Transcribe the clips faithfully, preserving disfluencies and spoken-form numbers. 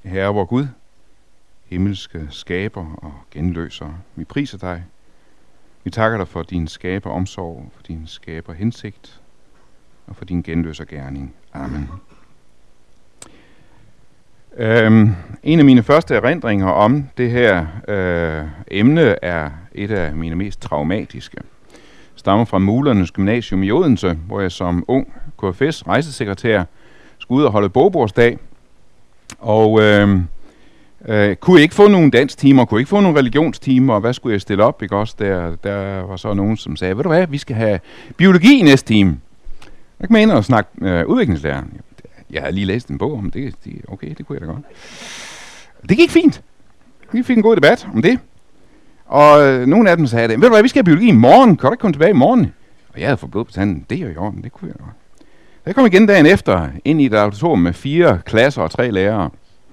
Herre vor Gud, himmelske skaber og genløser, vi priser dig. Vi takker dig for din skaber omsorg, for din skaber hensigt og for din genløser gerning. Amen. Øhm, en af mine første erindringer om det her øh, emne er et af mine mest traumatiske. Stammer fra Mulernes Gymnasium i Odense, hvor jeg som ung K F S rejsesekretær skulle ud og holde bogbordsdag. Og øh, øh, kunne ikke få nogen dansktimer, kunne ikke få nogen religionstimer, og hvad skulle jeg stille op? Ikke også? Der, der var så nogen, som sagde, ved du hvad, vi skal have biologi i næste time. Jeg kan man ind og snakke øh, udviklingslærer. Jeg havde lige læst en bog om det. det. Okay, det kunne jeg da godt. Det gik fint. Vi fik en god debat om det. Og øh, nogle af dem sagde, ved du hvad, vi skal have biologi i morgen. Kan du ikke komme tilbage i morgen? Og jeg havde fået blod på tanden. Det er jo i orden, det kunne jeg da godt. Jeg kom igen dagen efter ind i et auditorium med fire klasser og tre lærere.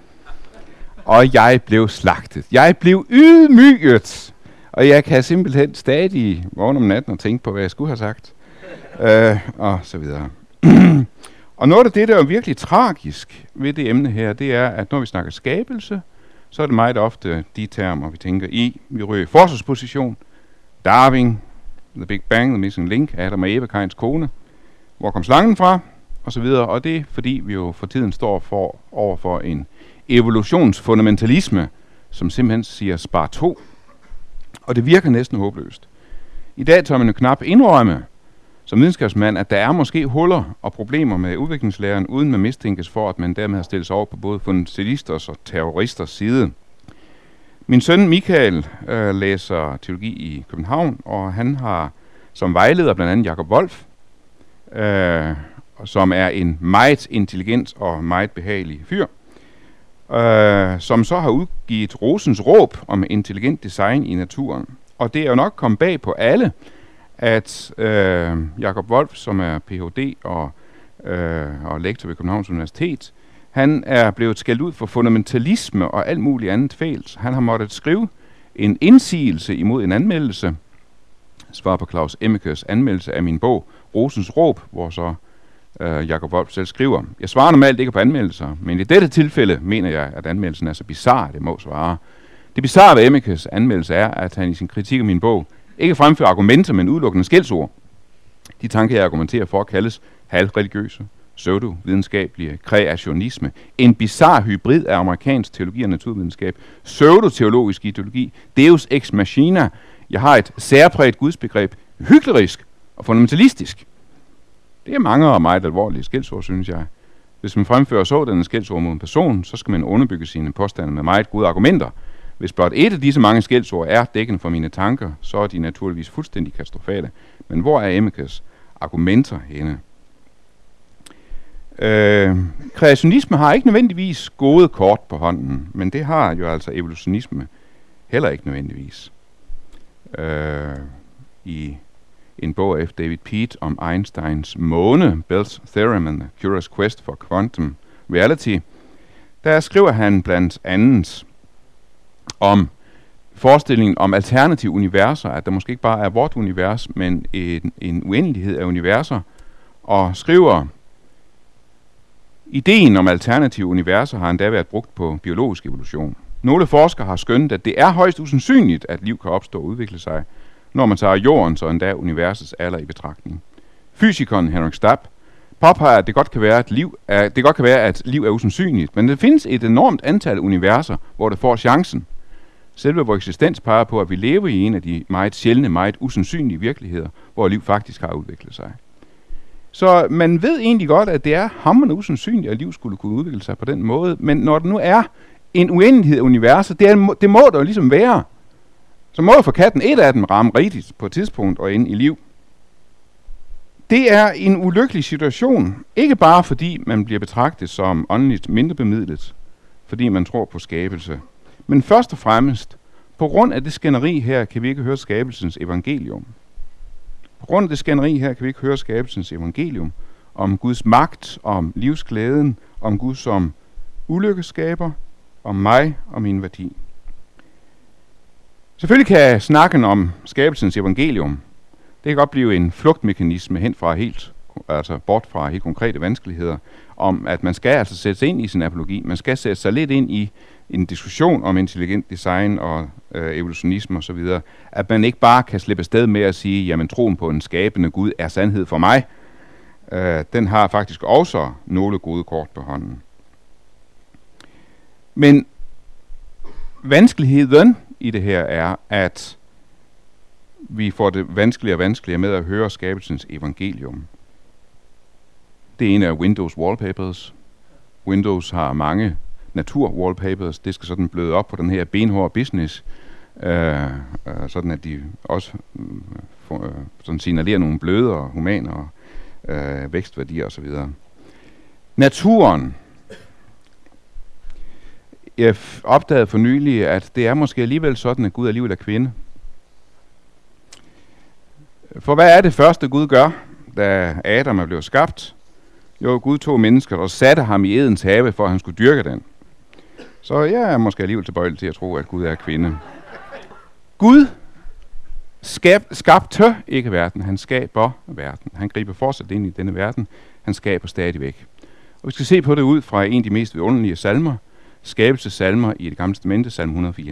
Og jeg blev slagtet. Jeg blev ydmyget. Og jeg kan simpelthen stadig vågne om natten og tænke på, hvad jeg skulle have sagt. øh, og så videre. Og noget af det, der er virkelig tragisk ved det emne her, det er, at når vi snakker skabelse, så er det meget ofte de termer, vi tænker i. Vi ryger i forsvarsposition. Darwin, The Big Bang, The Missing Link, Adam og Eva, Kains kone. Hvor kom slangen fra? Og så videre. Og det er, fordi vi jo for tiden står for, over for en evolutionsfundamentalisme, som simpelthen siger spar to. Og det virker næsten håbløst. I dag tør man jo knap indrømme, som videnskabsmand, at der er måske huller og problemer med udviklingslæren, uden man mistænkes for, at man dermed har stillet sig over på både fundamentalisters og terroristers side. Min søn Michael øh, læser teologi i København, og han har som vejleder blandt andet Jakob Wolf, øh, som er en meget intelligent og meget behagelig fyr, øh, som så har udgivet Rosens råb om intelligent design i naturen. Og det er jo nok kommet bag på alle, at øh, Jakob Wolf, som er P H D og, øh, og lektor ved Københavns Universitet, han er blevet skældt ud for fundamentalisme og alt muligt andet fælt. Han har måttet skrive en indsigelse imod en anmeldelse, svar på Claus Emmekes anmeldelse af min bog Rosens råb, hvor så øh, Jakob Wolf selv skriver: Jeg svarer normalt ikke på anmeldelser, men i dette tilfælde mener jeg, at anmeldelsen er så bizarre, at det må svare. Det bizarre ved Emmekes anmeldelse er, at han i sin kritik af min bog ikke fremfører argumenter, men udelukkende skældsord. De tanker, jeg argumenterer for, kaldes halvreligiøse, pseudo-videnskabelige, kreationisme, en bizarre hybrid af amerikansk teologi og naturvidenskab, pseudoteologisk ideologi, deus ex machina. Jeg har et særpræget gudsbegreb, hyklerisk og fundamentalistisk. Det er mange og meget alvorlige skældsord, synes jeg. Hvis man fremfører sådanne skældsord mod en person, så skal man underbygge sine påstande med meget gode argumenter. Hvis blot et af disse mange skældsord er dækkende for mine tanker, så er de naturligvis fuldstændig katastrofale. Men hvor er Emmekes argumenter henne? Øh, kreationisme har ikke nødvendigvis gode kort på hånden, men det har jo altså evolutionisme heller ikke nødvendigvis. Øh, I en bog af David Peat om Einsteins måne, Bell's Theorem and the Curious Quest for Quantum Reality, der skriver han blandt andet om forestillingen om alternative universer, at der måske ikke bare er vort univers, men en, en uendelighed af universer, og skriver: Ideen om alternative universer har endda været brugt på biologisk evolution. Nogle forskere har skønnet, at det er højst usandsynligt, at liv kan opstå og udvikle sig, når man tager jordens og endda universets alder i betragtning. Fysikeren Henrik Stapp påpeger, at det godt kan være, at liv er, det godt kan være, at liv er usandsynligt, men der findes et enormt antal universer, hvor det får chancen. Selve vores eksistens peger på, at vi lever i en af de meget sjældne, meget usandsynlige virkeligheder, hvor liv faktisk har udviklet sig. Så man ved egentlig godt, at det er hamrende usandsynligt, at liv skulle kunne udvikle sig på den måde, men når der nu er en uendelighed af universer, det, er, det må der jo ligesom være. Så må for katten et af dem ramme rigtigt på et tidspunkt og ind i liv. Det er en ulykkelig situation, ikke bare fordi man bliver betragtet som åndeligt mindre bemidlet, fordi man tror på skabelse, men først og fremmest, på grund af det skænderi her, kan vi ikke høre skabelsens evangelium. På grund af det skænderi her, kan vi ikke høre skabelsens evangelium om Guds magt, om livsglæden, om Gud som ulykkeskaber, om mig og min værdi. Selvfølgelig kan snakken om skabelsens evangelium, det kan godt blive en flugtmekanisme hen fra helt, altså bort fra helt konkrete vanskeligheder, om, at man skal altså sætte sig ind i sin apologi. Man skal sætte sig lidt ind i en diskussion om intelligent design og øh, evolutionisme osv., at man ikke bare kan slippe afsted med at sige, jamen troen på en skabende Gud er sandhed for mig. Øh, den har faktisk også nogle gode kort på hånden. Men vanskeligheden i det her er, at vi får det vanskeligere og vanskeligere med at høre skabelsens evangelium. Det ene er Windows wallpapers. Windows har mange natur-wallpapers. Det skal sådan bløde op på den her benhårde business, øh, øh, sådan at de også øh, for, øh, sådan signalerer nogle bløde og humane og øh, vækstværdier osv. Naturen. Jeg opdagede for nylig, at det er måske alligevel sådan, at Gud alligevel er kvinde. For hvad er det første Gud gør, da Adam er blevet skabt? Jo, Gud tog mennesket og satte ham i Edens have, for at han skulle dyrke den. Så jeg er måske alligevel tilbøjelig til at tro, at Gud er kvinde. Gud skab, skabte ikke verden, han skaber verden. Han griber fortsat ind i denne verden, han skaber stadigvæk. Og vi skal se på det ud fra en af de mest vidunderlige salmer, skabelsessalmer i det gamle testamente, salme et hundrede og fire.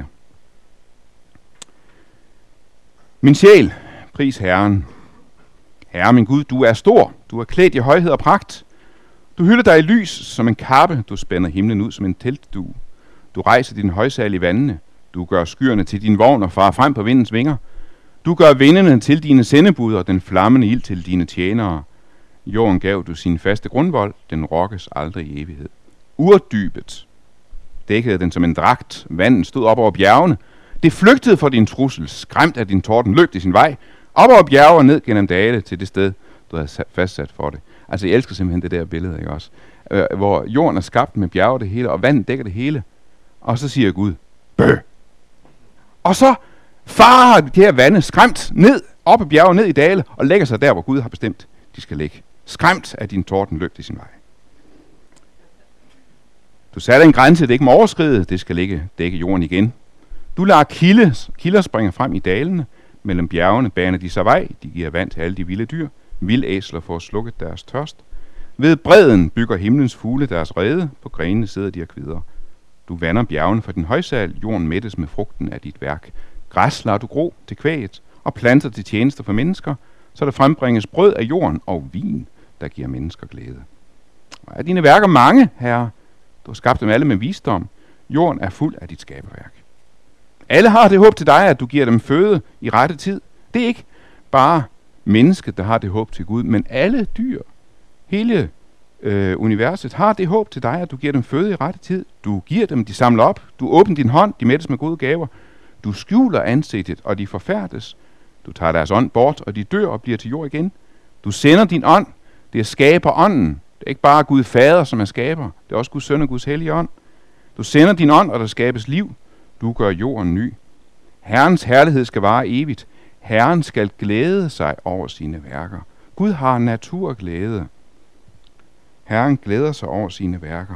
Min sjæl, pris Herren. Herre min Gud, du er stor, du er klædt i højhed og pragt. Du hylder dig i lys som en kappe, du spænder himlen ud som en teltdue. Du rejser din højsal i vandene, du gør skyerne til din vogn og farer frem på vindens vinger. Du gør vindene til dine sendebud og den flammende ild til dine tjenere. Jorden gav du sin faste grundvold, den rokkes aldrig i evighed. Urdybet dækkede den som en dragt, vandet stod op over bjergene. Det flygtede for din trussel, skræmt af din torden, løb i sin vej, op over bjerge og ned gennem dale til det sted, du havde fastsat for det. Altså, jeg elsker simpelthen det der billede, ikke også? Øh, hvor jorden er skabt med bjerge det hele, og vandet dækker det hele. Og så siger Gud, bøh! Og så farer de her vande skræmt ned, op i bjerge, ned i dale, og lægger sig der, hvor Gud har bestemt, de skal ligge. Skræmt af din torden, løb i sin vej. Du satte en grænse, det ikke må overskride, det skal ligge, dække jorden igen. Du lader kilde, kilder springe frem i dalene, mellem bjergene baner de sig vej, de giver vand til alle de vilde dyr, vildæsler får slukket deres tørst. Ved bredden bygger himlens fugle deres rede, på grenene sidder de og kvider. Du vander bjergene for din højsal, jorden mættes med frugten af dit værk. Græs lader du gro til kvæget, og planter til tjenester for mennesker, så der frembringes brød af jorden og vin, der giver mennesker glæde. Og er dine værker mange, Herre? Du har skabt dem alle med visdom. Jorden er fuld af dit skaberværk. Alle har det håb til dig, at du giver dem føde i rette tid. Det er ikke bare mennesket, der har det håb til Gud, men alle dyr, hele øh, universet, har det håb til dig, at du giver dem føde i rette tid. Du giver dem, de samler op. Du åbner din hånd, de mættes med gode gaver. Du skjuler ansigtet, og de forfærdes. Du tager deres ånd bort, og de dør og bliver til jord igen. Du sender din ånd. Det er skaber ånden. Det er ikke bare Gud Fader, som er skaber. Det er også Guds Søn og Guds Hellige Ånd. Du sender din ånd, og der skabes liv. Du gør jorden ny. Herrens herlighed skal vare evigt. Herren skal glæde sig over sine værker. Gud har naturglæde. Herren glæder sig over sine værker.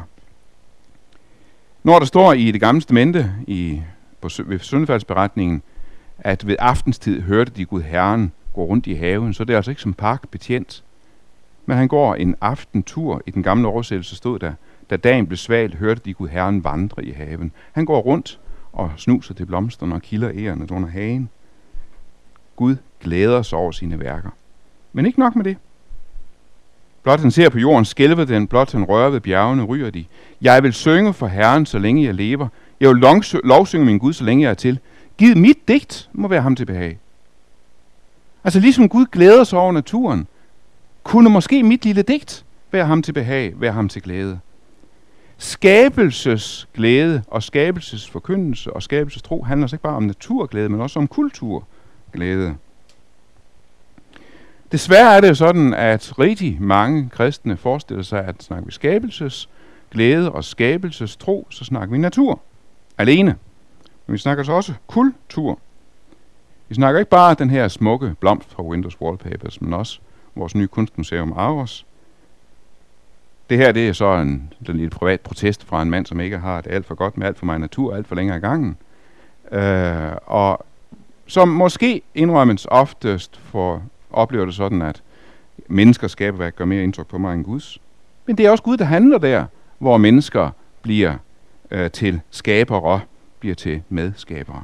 Når der står i det gamle testamente, i, på, ved syndefaldsberetningen, at ved aftenstid hørte de Gud Herren gå rundt i haven, så det er altså ikke som parkbetjent. Men han går en aftentur. I den gamle oversættelse stod der, da dagen blev svalt, hørte de Gud Herren vandre i haven. Han går rundt og snuser til blomsterne og kilder ærerne under hagen. Gud glæder sig over sine værker. Men ikke nok med det. Blot han ser på jorden, skælver den, blot han rører ved bjergene, ryger de. Jeg vil synge for Herren, så længe jeg lever. Jeg vil lovsynge min Gud, så længe jeg er til. Giv mit digt, må være ham til behag. Altså ligesom Gud glæder sig over naturen, kunne måske mit lille digt være ham til behag, være ham til glæde. Skabelsesglæde og skabelsesforkyndelse og skabelsestro handler altså ikke bare om naturglæde, men også om kulturglæde. Desværre er det jo sådan, at rigtig mange kristne forestiller sig, at snakker vi skabelsesglæde og skabelsestro, så snakker vi natur alene. Men vi snakker så også kultur. Vi snakker ikke bare den her smukke blomst fra Windows Wallpapers, men også vores nye kunstmuseum Aros. Det her, det er så en, en lille privat protest fra en mand, som ikke har det alt for godt med alt for meget natur, alt for længere i gangen. Øh, og som måske indrømmes oftest for oplever det sådan, at menneskers skaberværk gør mere indtryk på mig end Guds. Men det er også Gud, der handler der, hvor mennesker bliver øh, til skabere, bliver til medskabere.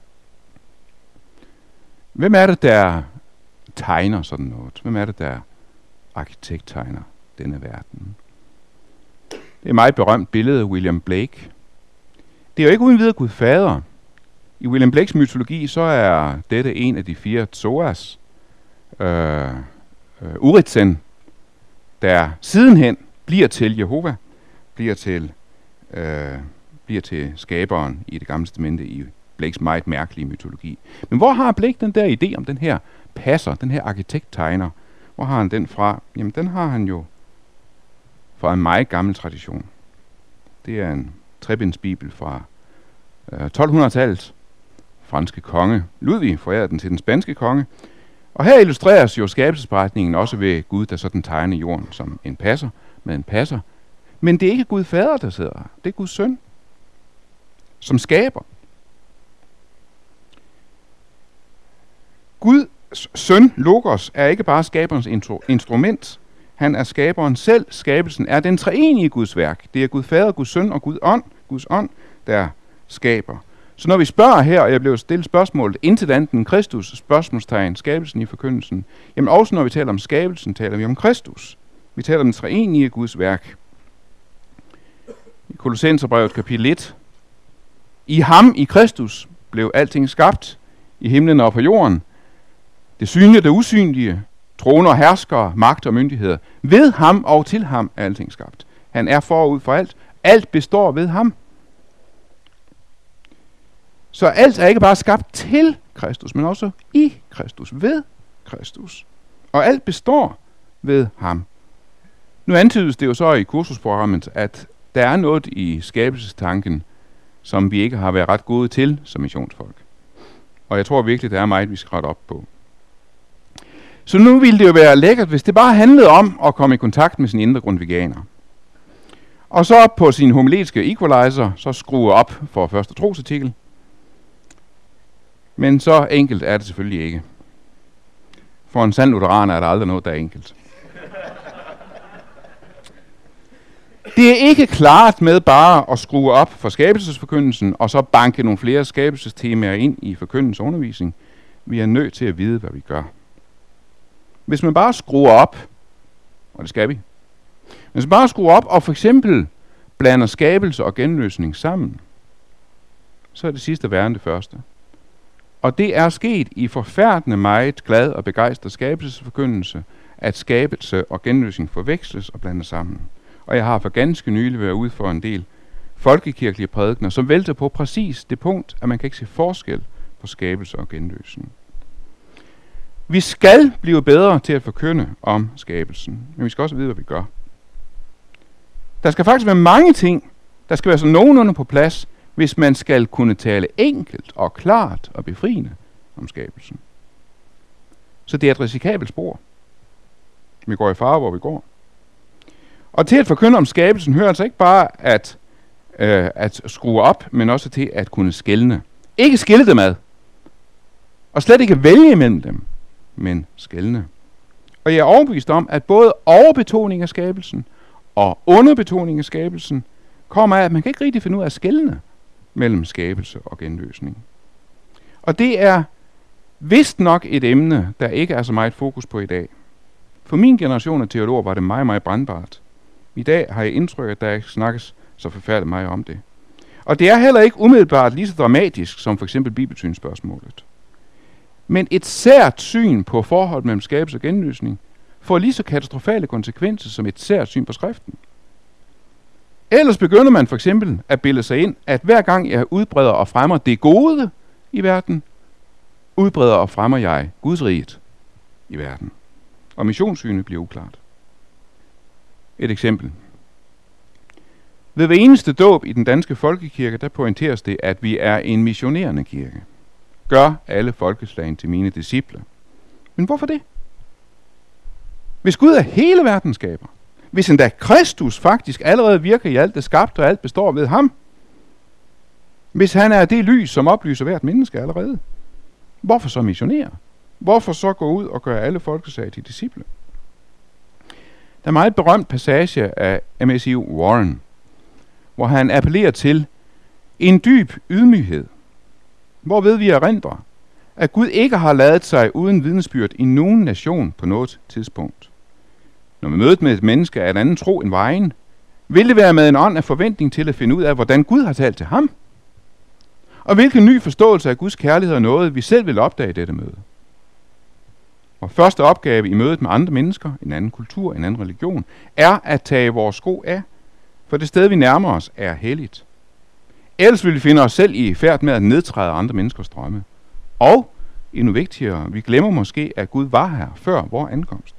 Hvem er det, der tegner sådan noget? Hvem er det, der arkitekttegner denne verden? Det er et meget berømt billede af William Blake. Det er jo ikke uden videre Gud fader. I William Blakes mytologi, så er dette en af de fire Tzoas, øh, øh, Uritzen, der sidenhen bliver til Jehova, bliver til, øh, bliver til skaberen i det gamle testamente i Blakes meget mærkelige mytologi. Men hvor har Blake den der idé om den her passer, den her arkitekttegner? Hvor har han den fra? Jamen, den har han jo fra en meget gammel tradition. Det er en trebindsbibel fra øh, tolv-hundrede-tallet. Franske konge Ludvig forærede den til den spanske konge. Og her illustreres jo skabelsesberetningen også ved Gud, der sådan tegner jorden som en passer med en passer. Men det er ikke Gud fader, der sidder her. Det er Guds søn, som skaber. Guds søn, Logos, er ikke bare skaberens intro- instrument. Han er skaberen selv. Skabelsen er den treenige Guds værk. Det er Gud fader, Guds søn og Gud ånd, Guds ånd, der skaber. Så når vi spørger her, og jeg blev stillet spørgsmålet, intendanten Kristus, spørgsmålstegn, skabelsen i forkyndelsen, jamen også når vi taler om skabelsen, taler vi om Kristus. Vi taler om den treenige Guds værk. I Kolossenserbrevet kapitel et. I ham, i Kristus, blev alting skabt, i himlen og på jorden. Det synlige, det usynlige, troner, herskere, magt og myndigheder. Ved ham og til ham er alting skabt. Han er forud for alt. Alt består ved ham. Så alt er ikke bare skabt til Kristus, men også i Kristus, ved Kristus. Og alt består ved ham. Nu antydes det jo så i kursusprogrammet, at der er noget i skabelsestanken, som vi ikke har været ret gode til som missionsfolk. Og jeg tror virkelig, der er meget, vi skal rette op på. Så nu ville det jo være lækkert, hvis det bare handlede om at komme i kontakt med sin indre grundvigianer. Og så op på sin homiletiske equalizer, så skrue op for første trosartikel. Men så enkelt er det selvfølgelig ikke. For en sand lutheraner er der aldrig noget, der er enkelt. Det er ikke klart med bare at skrue op for skabelsesforkyndelsen, og så banke nogle flere skabelsestemaer ind i forkyndelsens undervisning. Vi er nødt til at vide, hvad vi gør. Hvis man bare skruer op, og det skal vi, hvis man bare skruer op og for eksempel blander skabelse og genløsning sammen, så er det sidste værre end det første. Og det er sket i forfærdende meget glad og begejstret skabelsesforkyndelse, at skabelse og genløsning forveksles og blandes sammen. Og jeg har for ganske nylig været ude for en del folkekirkelige prædikener, som vælter på præcis det punkt, at man kan ikke se forskel på skabelse og genløsning. Vi skal blive bedre til at forkynde om skabelsen, men vi skal også vide, hvad vi gør. Der skal faktisk være mange ting, der skal være så nogenlunde på plads, hvis man skal kunne tale enkelt og klart og befriende om skabelsen. Så det er et risikabelt spor. Vi går i fare, hvor vi går. Og til at forkynde om skabelsen hører altså ikke bare at, øh, at skrue op, men også til at kunne skelne. Ikke skille dem ad. Og slet ikke vælge imellem dem, men skelne. Og jeg er overbevist om, at både overbetoning af skabelsen og underbetoning af skabelsen kommer af, at man kan ikke rigtig finde ud af at skelne mellem skabelse og genløsning. Og det er vist nok et emne, der ikke er så meget fokus på i dag. For min generation af teologer var det meget, meget brandbart. I dag har jeg indtryk, at der ikke snakkes så forfærdeligt meget om det. Og det er heller ikke umiddelbart lige så dramatisk som for eksempel bibelsynsspørgsmålet. Men et sært syn på forholdet mellem skabelse og genløsning får lige så katastrofale konsekvenser som et sært syn på skriften. Ellers begynder man for eksempel at bilde sig ind, at hver gang jeg udbreder og fremmer det gode i verden, udbreder og fremmer jeg Guds riget i verden. Og missionssynet bliver uklart. Et eksempel. Ved hver eneste dåb i den danske folkekirke, der pointeres det, at vi er en missionerende kirke. Gør alle folkeslagene til mine disciple. Men hvorfor det? Hvis Gud er hele verdens skaber, hvis endda Kristus faktisk allerede virker i alt det skabte, og alt består ved ham, hvis han er det lys, som oplyser hvert menneske allerede, hvorfor så missionere? Hvorfor så gå ud og gøre alle folkeslag til disciple? er en meget berømt passage af M S I Warren, hvor han appellerer til en dyb ydmyghed, hvorved vi erindrer, at Gud ikke har ladet sig uden vidnesbyrd i nogen nation på noget tidspunkt. Når vi møder med et menneske af en anden tro end vejen, vil det være med en ånd af forventning til at finde ud af, hvordan Gud har talt til ham, og hvilken ny forståelse af Guds kærlighed er noget, vi selv vil opdage i dette møde. Vores første opgave i mødet med andre mennesker, en anden kultur, en anden religion, er at tage vores sko af, for det sted, vi nærmer os, er helligt. Ellers vil vi finde os selv i færd med at nedtræde andre menneskers drømme. Og, endnu vigtigere, vi glemmer måske, at Gud var her før vores ankomst.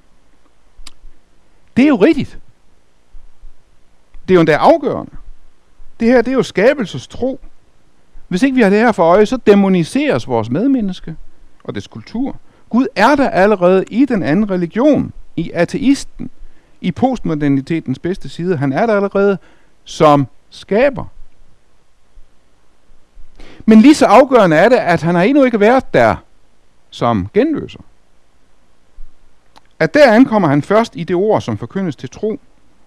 Det er jo rigtigt. Det er jo endda afgørende. Det her, det er jo skabelses tro. Hvis ikke vi har det her for øje, så demoniseres vores medmenneske og dets kultur. Gud er der allerede i den anden religion, i ateisten, i postmodernitetens bedste side. Han er der allerede som skaber. Men lige så afgørende er det, at han har endnu ikke været der som genløser. At der ankommer han først i det ord, som forkyndes til tro.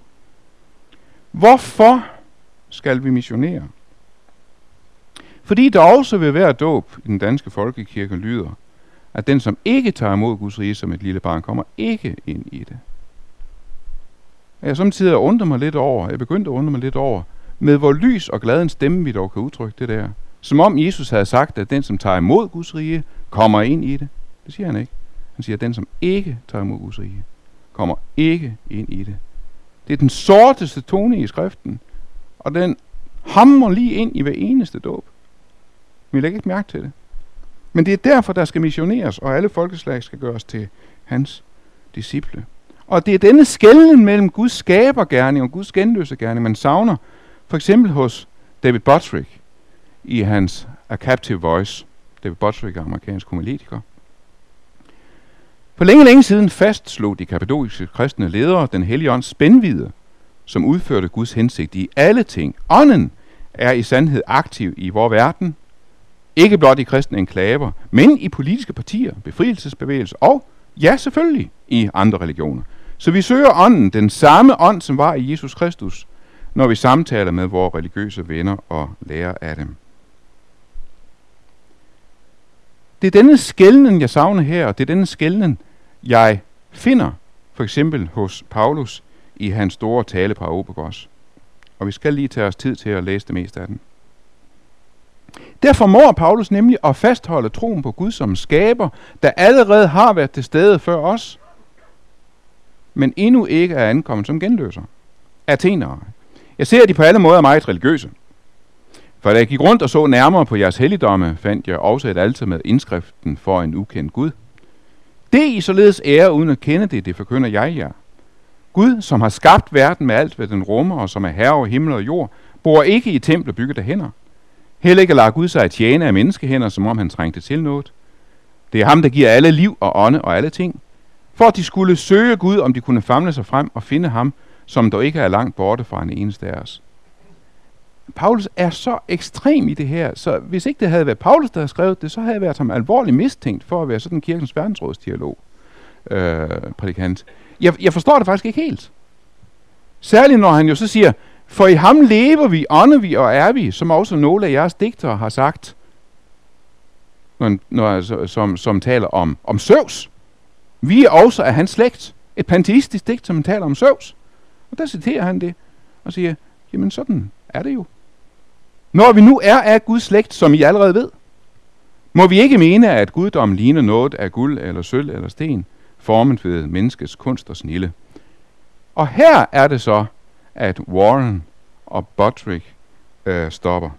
Hvorfor skal vi missionere? Fordi der også ved hver dåb i den danske folkekirke lyder, at den, som ikke tager imod Guds rige som et lille barn, kommer ikke ind i det. Jeg samtidig undrer mig lidt over, jeg begyndte at undre mig lidt over, med hvor lys og glad en stemme vi dog kan udtrykke det der. Som om Jesus havde sagt, at den, som tager imod Guds rige, kommer ind i det. Det siger han ikke. Han siger, at den, som ikke tager imod Guds rige, kommer ikke ind i det. Det er den sorteste tone i skriften, og den hammer lige ind i hver eneste dåb. Vi lægger ikke mærke til det. Men det er derfor, der skal missioneres, og alle folkeslag skal gøres til hans disciple. Og det er denne skelnen mellem Guds skabergerning og Guds genløsergerning, man savner for eksempel hos David Buttrick i hans A Captive Voice. David Buttrick er amerikansk homiletiker. For længe, længe siden fastslog de kappadociske kristne ledere den hellige ånds spændvidde, som udførte Guds hensigt i alle ting. Ånden er i sandhed aktiv i vor verden, ikke blot i kristne enklaver, men i politiske partier, befrielsesbevægelser og, ja selvfølgelig, i andre religioner. Så vi søger ånden, den samme ånd, som var i Jesus Kristus, når vi samtaler med vores religiøse venner og lærer af dem. Det er denne skelnen, jeg savner her, og det er denne skelnen, jeg finder, for eksempel hos Paulus i hans store tale på Areopagos. Og vi skal lige tage os tid til at læse det meste af den. Derfor må Paulus nemlig at fastholde troen på Gud som skaber, der allerede har været til stede før os, men endnu ikke er ankommet som genløser. Athenere. Jeg ser de på alle måder meget religiøse. For da jeg gik rundt og så nærmere på jeres helligdomme, fandt jeg også et alter med indskriften for en ukendt Gud. Det I således ære uden at kende det, det forkynder jeg jer. Gud, som har skabt verden med alt, hvad den rummer, og som er herre over himmel og jord, bor ikke i templer bygget af hænder. Heller ikke lader Gud sig tjene af menneskehænder, som om han trængte til noget. Det er ham, der giver alle liv og ånde og alle ting. For at de skulle søge Gud, om de kunne famle sig frem og finde ham, som dog ikke er langt borte fra en eneste af os. Paulus er så ekstrem i det her, så hvis ikke det havde været Paulus, der havde skrevet det, så havde jeg været ham alvorligt mistænkt for at være sådan kirkens verdensrådsdialog øh, prædikant. Jeg, jeg forstår det faktisk ikke helt. Særligt når han jo så siger, for i ham lever vi, ånder vi og er vi, som også nogle af jeres digtere har sagt, når, når, som, som taler om, om Zeus. Vi er også af hans slægt. Et panteistisk digt, som taler om Zeus. Og der citerer han det og siger, jamen sådan er det jo. Når vi nu er af Guds slægt, som I allerede ved, må vi ikke mene, at guddommen ligner noget af guld eller sølv eller sten, formet ved menneskets kunst og snilde. Og her er det så, at Warren og Buttrick øh, stopper.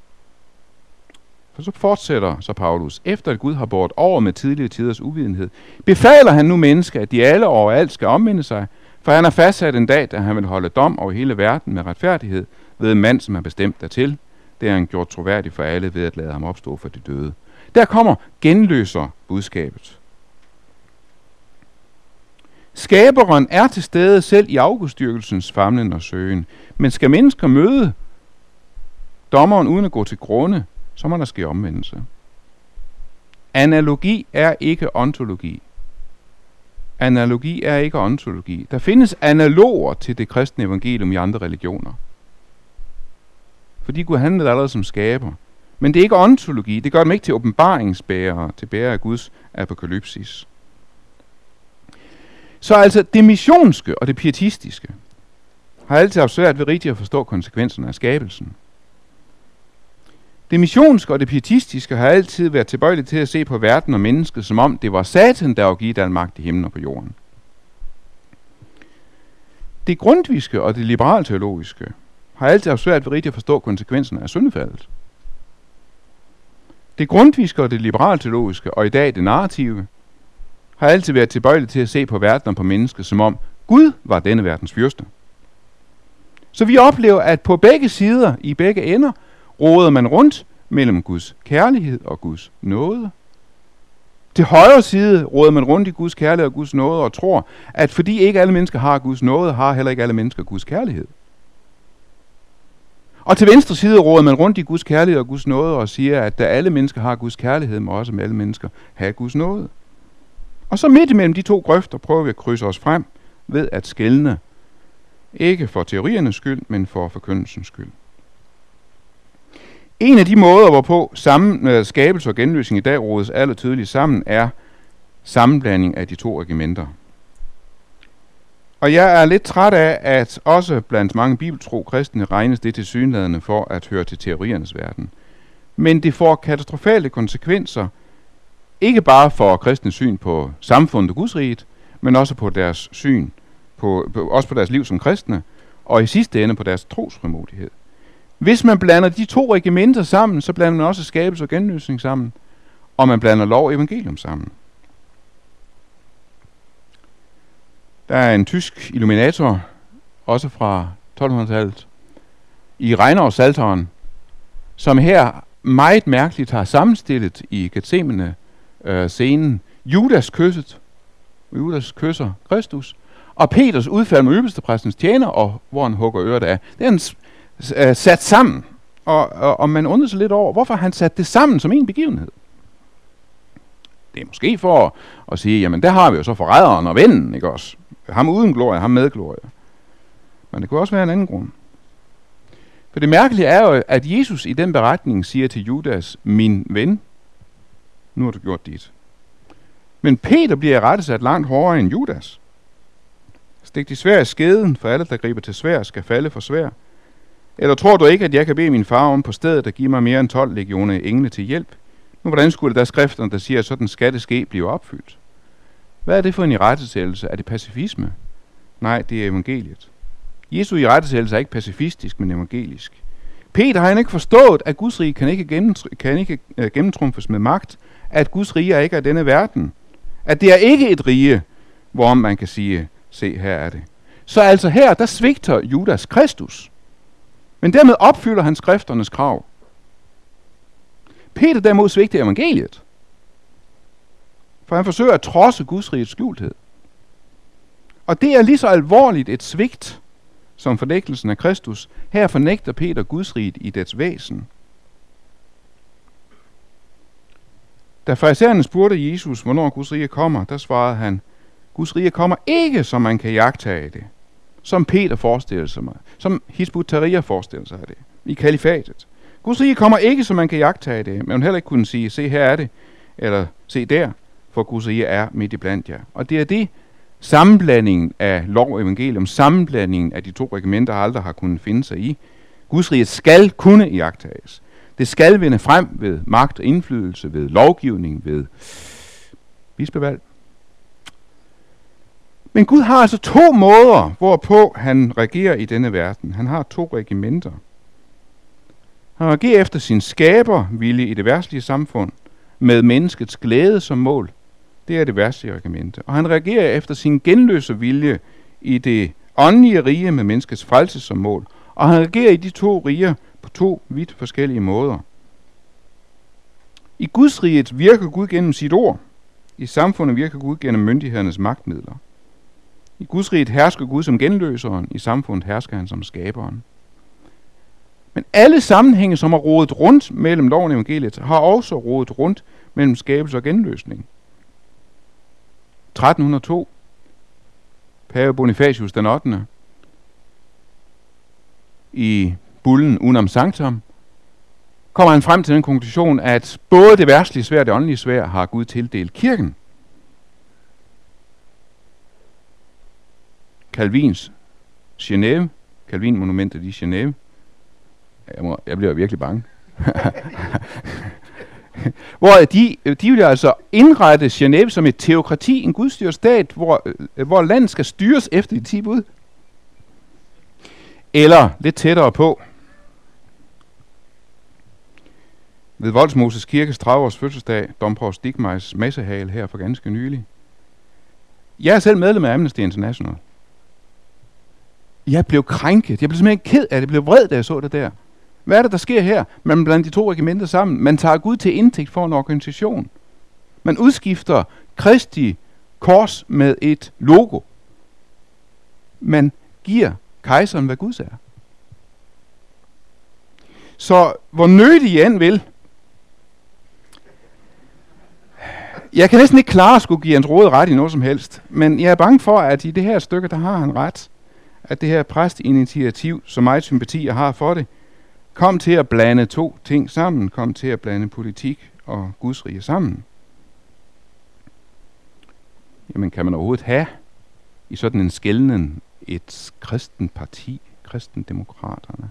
For så fortsætter så Paulus, efter at Gud har båret over med tidligere tiders uvidenhed, befaler han nu mennesker, at de alle overalt skal omvende sig, for han har fastsat en dag, da han vil holde dom over hele verden med retfærdighed ved en mand, som er bestemt dertil. Det er han gjort troværdig for alle ved at lade ham opstå for de døde. Der kommer genløser budskabet. Skaberen er til stede selv i afgudstyrkelsens famlen og søgen, men skal mennesker møde dommeren uden at gå til grunde, så må der ske omvendelse. Analogi er ikke ontologi. Analogi er ikke ontologi. Der findes analoger til det kristne evangelium i andre religioner. Fordi Gud handlede allerede som skaber. Men det er ikke ontologi. Det gør dem ikke til åbenbaringsbærere, til bærere af Guds apokalypsis. Så altså det missionske og det pietistiske har altid haft svært ved rigtigt at forstå konsekvenserne af skabelsen. Det missionske og det pietistiske har altid været tilbøjeligt til at se på verden og mennesket, som om det var Satan, der var givet al magt i himlen og på jorden. Det grundtviske og det liberalteologiske har altid haft svært ved rigtigt at forstå konsekvenserne af syndefaldet. Det grundtviske og det liberalteologiske, og i dag det narrative, har altid været tilbøjeligt til at se på verden og på mennesket, som om Gud var denne verdens fyrste. Så vi oplever, at på begge sider, i begge ender, roder man rundt mellem Guds kærlighed og Guds nåde. Til højre side roder man rundt i Guds kærlighed og Guds nåde og tror, at fordi ikke alle mennesker har Guds nåde, har heller ikke alle mennesker Guds kærlighed. Og til venstre side roder man rundt i Guds kærlighed og Guds nåde og siger, at da alle mennesker har Guds kærlighed, må også med alle mennesker have Guds nåde. Og så midt imellem de to grøfter prøver vi at krydse os frem ved at skelne. Ikke for teoriernes skyld, men for forkyndelsens skyld. En af de måder, hvorpå sammen, skabelse og genløsning i dag rodes alle tydeligt sammen, er sammenblanding af de to argumenter. Og jeg er lidt træt af, at også blandt mange bibeltro kristne regnes det tilsyneladende for at høre til teoriernes verden. Men det får katastrofale konsekvenser, ikke bare for kristnes syn på samfundet og Gudsriget, men også på deres syn, på, på, også på deres liv som kristne, og i sidste ende på deres trosfrimodighed. Hvis man blander de to regimenter sammen, så blander man også skabelse og genløsning sammen, og man blander lov og evangelium sammen. Der er en tysk illuminator, også fra tolvhundredetallet, i Reiners Psalteren, som her meget mærkeligt har sammenstillet i Getsemane øh, scenen Judas kysset, Judas kysser Kristus, og Peters udfald med ypperstepræstens tjener, og hvor han hugger øret af. Det er en øh, sat sammen, og, og, og man undrer sig lidt over, hvorfor han satte det sammen som en begivenhed. Det er måske for at, at sige, jamen der har vi jo så forræderen og vennen, ikke også? Ham uden glorie, ham med glorie. Men det kunne også være en anden grund. For det mærkelige er jo, at Jesus i den beretning siger til Judas, min ven, nu har du gjort dit. Men Peter bliver rettesat langt hårdere end Judas. Stik de svær i skeden, for alle, der griber til svær, skal falde for svær. Eller tror du ikke, at jeg kan bede min far om på stedet at give mig mere end tolv legioner engle til hjælp? Nu, hvordan skulle der skrifterne, der siger, at sådan skal det ske, blive opfyldt? Hvad er det for en irettesættelse? Er det pacifisme? Nej, det er evangeliet. Jesu irettesættelse er ikke pacifistisk, men evangelisk. Peter har han ikke forstået, at Guds rige kan ikke, gennemtr- kan ikke uh, gennemtrumfes med magt, at Guds rige er ikke af denne verden. At det er ikke et rige, hvorom man kan sige, se, her er det. Så altså her, der svigter Judas Kristus. Men dermed opfylder han skrifternes krav. Peter derimod svigter evangeliet. For han forsøger at trodse Guds rigets skjulthed. Og det er lige så alvorligt et svigt, som fornægtelsen af Kristus. Her fornægter Peter Guds riget i dets væsen. Da farisæerne spurgte Jesus, hvornår Guds rige kommer, der svarede han, Guds rige kommer ikke, som man kan jagtage det. Som Peter forestiller sig mig. Som Hizb ut-Tahrir forestiller sig det. I kalifatet. Guds rige kommer ikke, som man kan jagtage det. Men man heller ikke kunne sige, se her er det. Eller se der. For Guds rige er midt i blandt jer. Og det er det, sammenblandingen af lov og evangelium, sammenblandingen af de to regimenter aldrig har kunnet finde sig i. Guds rige skal kunne iagttages. Det skal vinde frem ved magt og indflydelse, ved lovgivning, ved bispevalg. Men Gud har altså to måder, hvorpå han regerer i denne verden. Han har to regimenter. Han regerer efter sin skabervilje i det verdslige samfund, med menneskets glæde som mål. Det er det verdslige regiment. Og han reagerer efter sin genløse vilje i det åndelige rige med menneskets frelse som mål. Og han reagerer i de to riger på to vidt forskellige måder. I Guds riget virker Gud gennem sit ord. I samfundet virker Gud gennem myndighedernes magtmidler. I Guds riget hersker Gud som genløseren. I samfundet hersker han som skaberen. Men alle sammenhænge, som har rodet rundt mellem loven og evangeliet, har også rodet rundt mellem skabelse og genløsning. tretten hundrede og to Pave Bonifacius den ottende i bullen Unam Sanctam, kommer han frem til den konklusion, at både det verdslige sværd og det åndelige sværd har Gud tildelt kirken. Calvins Genève, Calvin-monumentet i Genève, jeg, må, jeg bliver virkelig bange, hvor de, de vil altså indrette Genève som et teokrati, en gudstyret stat, hvor, hvor landet skal styres efter de ti bud. Eller lidt tættere på, ved Voldsmoses Kirkes tredive års fødselsdag, domprovst Digmejs messehale her for ganske nylig. Jeg er selv medlem af Amnesty International. Jeg blev krænket. Jeg blev simpelthen ked af det. Jeg blev vred, da jeg så det der. Hvad er det, der sker her? Man blander de to regimenter sammen. Man tager Gud til indtægt for en organisation. Man udskifter Kristi kors med et logo. Man giver kejseren, hvad Gud er. Så hvor nødig I end vil, jeg kan næsten ikke klare at skulle give Jens Rohde ret i noget som helst, men jeg er bange for, at i det her stykke, der har han ret, at det her præstinitiativ, så meget sympati jeg har for det, kom til at blande to ting sammen, kom til at blande politik og Guds rige sammen. Jamen kan man overhovedet have i sådan en skelnen et kristent parti, kristendemokraterne?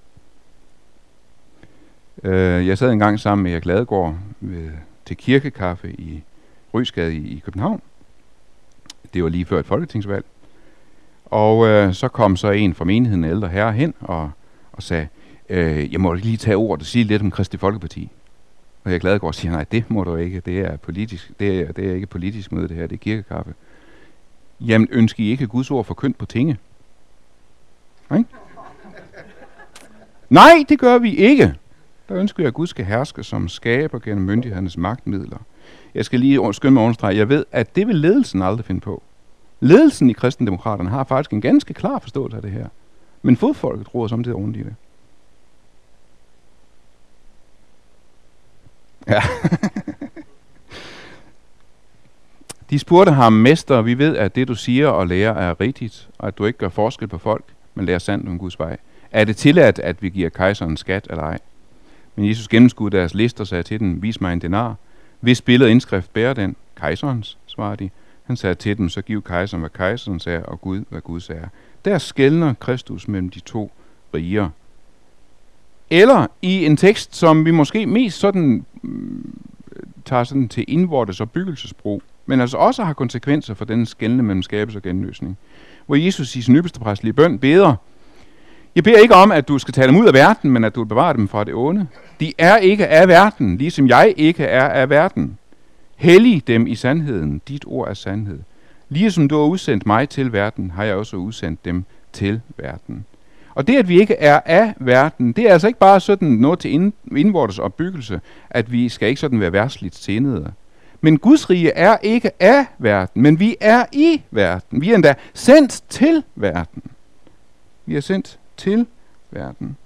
Uh, jeg sad engang sammen med Erik Ladegaard ved, til kirkekaffe i Rysgade i, i København. Det var lige før et folketingsvalg. Og uh, så kom så en fra menigheden, en ældre herre, hen og, og sagde, uh, jeg må lige tage ordet og sige lidt om Kristi Folkeparti. Og Erik Ladegaard siger, nej, det må du ikke. Det er politisk. Det er, det er ikke politisk møde, det her. Det er kirkekaffe. Jamen, ønsker I ikke Guds ord forkyndt på tinge? Nej? Nej, det gør vi ikke. Der ønsker jeg, at Gud skal herske som skaber gennem myndighedernes magtmidler. Jeg skal lige skynde mig at understrege, jeg ved, at det vil ledelsen aldrig finde på. Ledelsen i kristendemokraterne har faktisk en ganske klar forståelse af det her. Men fodfolket råder som det rundt i det. Ja. De spurgte ham, mester, vi ved, at det du siger og lærer er rigtigt, og at du ikke gør forskel på folk, men lærer sandt om Guds vej. Er det tilladt, at vi giver kejseren skat eller ej? Men Jesus gennemskuede deres lister og sagde til dem, vis mig en denar. Hvis billede indskrift bærer den? Kejserens, svarede de. Han sagde til dem, så giv kejseren, hvad kejseren er, og Gud, hvad Gud er. Der skelner Kristus mellem de to riger. Eller i en tekst, som vi måske mest sådan mm, tager sådan til indvortes og byggelsesbrug, men altså også har konsekvenser for den skelne mellem skabelse og genløsning. Hvor Jesus i sin ypperste præstelige bøn beder, jeg beder ikke om, at du skal tage dem ud af verden, men at du vil bevare dem fra det onde. De er ikke af verden, ligesom jeg ikke er af verden. Hellig dem i sandheden, dit ord er sandhed. Ligesom du har udsendt mig til verden, har jeg også udsendt dem til verden. Og det, at vi ikke er af verden, det er altså ikke bare sådan noget til indvortes opbyggelse, at vi skal ikke sådan være verdsligt sindede. Men Guds rige er ikke af verden, men vi er i verden. Vi er endda sendt til verden. Vi er sendt til verden.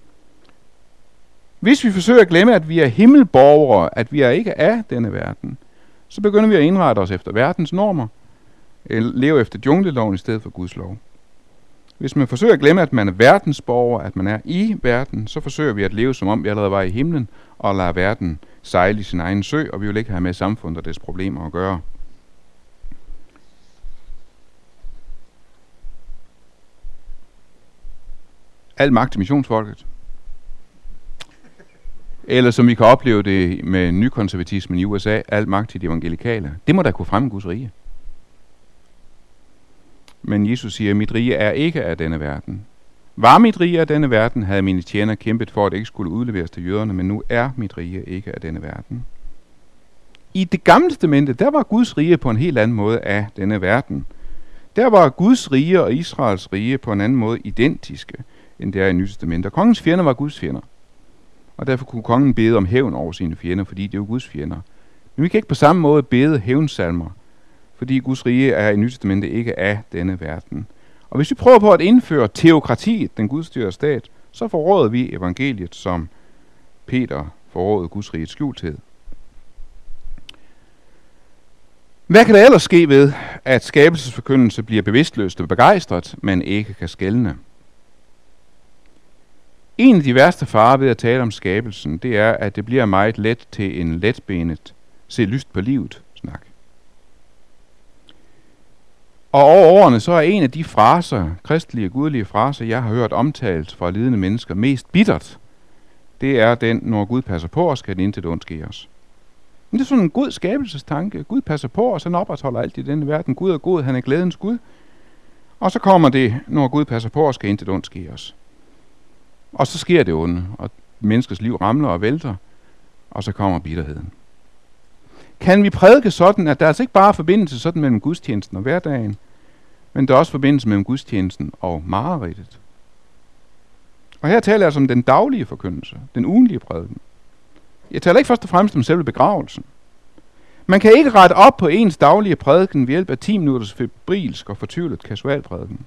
Hvis vi forsøger at glemme, at vi er himmelborgere, at vi er ikke af denne verden, så begynder vi at indrette os efter verdens normer, eller leve efter jungleloven i stedet for Guds lov. Hvis man forsøger at glemme, at man er verdensborger, at man er i verden, så forsøger vi at leve, som om vi allerede var i himlen, og lade verden sejle i sin egen sø, og vi vil ikke have med samfundet og dets problemer at gøre. Al magt til missionsfolket. Eller som vi kan opleve det med nykonservatismen i U S A, al magt til de evangelikale. Det må da kunne fremme Guds rige. Men Jesus siger, mit rige er ikke af denne verden. Var mit rige af denne verden, havde mine tjenere kæmpet for, at det ikke skulle udleveres til jøderne, men nu er mit rige ikke af denne verden. I det gamle testamente, der var Guds rige på en helt anden måde af denne verden. Der var Guds rige og Israels rige på en anden måde identiske, end det er i Nye Testamente. Kongens fjender var Guds fjender. Og derfor kunne kongen bede om hævn over sine fjender, fordi det er jo Guds fjender. Men vi kan ikke på samme måde bede hævnsalmer, fordi Guds rige er i Nye Testamente ikke af denne verden. Og hvis vi prøver på at indføre teokratiet, den gudstyrede stat, så forråder vi evangeliet, som Peter forrådede Guds rigets skjulthed. Hvad kan der ellers ske ved, at skabelsesforkyndelse bliver bevidstløst og begejstret, men ikke kan skelne. En af de værste farer ved at tale om skabelsen, det er, at det bliver meget let til en letbenet, se lyst på livet snak. Og over årene, så er en af de fraser, kristelige og gudelige fraser, jeg har hørt omtalt fra lidende mennesker mest bittert, det er den, når Gud passer på os, kan det intet ondt ske os. Men det er sådan en god skabelsestanke. Gud passer på os, han opretholder alt i denne verden. Gud er god, han er glædens Gud. Og så kommer det, når Gud passer på os, kan intet ondt ske os. Og så sker det onde, og menneskers liv ramler og vælter, og så kommer bitterheden. Kan vi prædike sådan, at der altså ikke bare er forbindelse sådan mellem gudstjenesten og hverdagen, men der er også forbindelse mellem gudstjenesten og mareridtet? Og her taler jeg altså om den daglige forkyndelse, den ugentlige prædiken. Jeg taler ikke først og fremmest om selve begravelsen. Man kan ikke rette op på ens daglige prædiken ved hjælp af ti minutters febrilsk og fortvivlet kasualprædiken.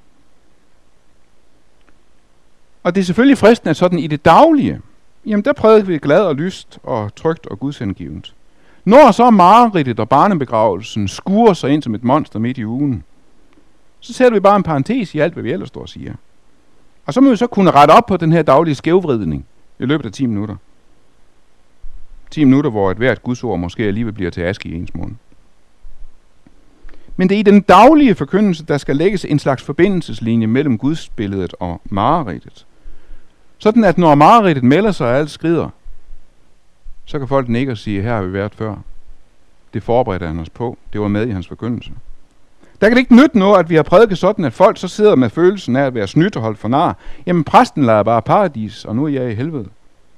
Og det er selvfølgelig fristende, at sådan i det daglige, jamen der prædiker vi glad og lyst og trygt og gudsindgivent. Når så mareridtet og barnebegravelsen skuer sig ind som et monster midt i ugen, så sætter vi bare en parentes i alt, hvad vi ellers står og siger. Og så må vi så kunne rette op på den her daglige skævvridning i løbet af ti minutter. ti minutter, hvor et hvert gudsord måske alligevel bliver til aske i ens mund. Men det er i den daglige forkyndelse, der skal lægges en slags forbindelseslinje mellem gudsbilledet og mareridtet. Sådan at når mareridtet melder sig og alt skrider, så kan folk nikke og sige, her har vi været før. Det forberedte han os på. Det var med i hans forkyndelse. Der kan det ikke nytte noget, at vi har prædiket sådan, at folk så sidder med følelsen af at være snydt og holdt for nar. Jamen præsten lader bare paradis, og nu er jeg i helvede.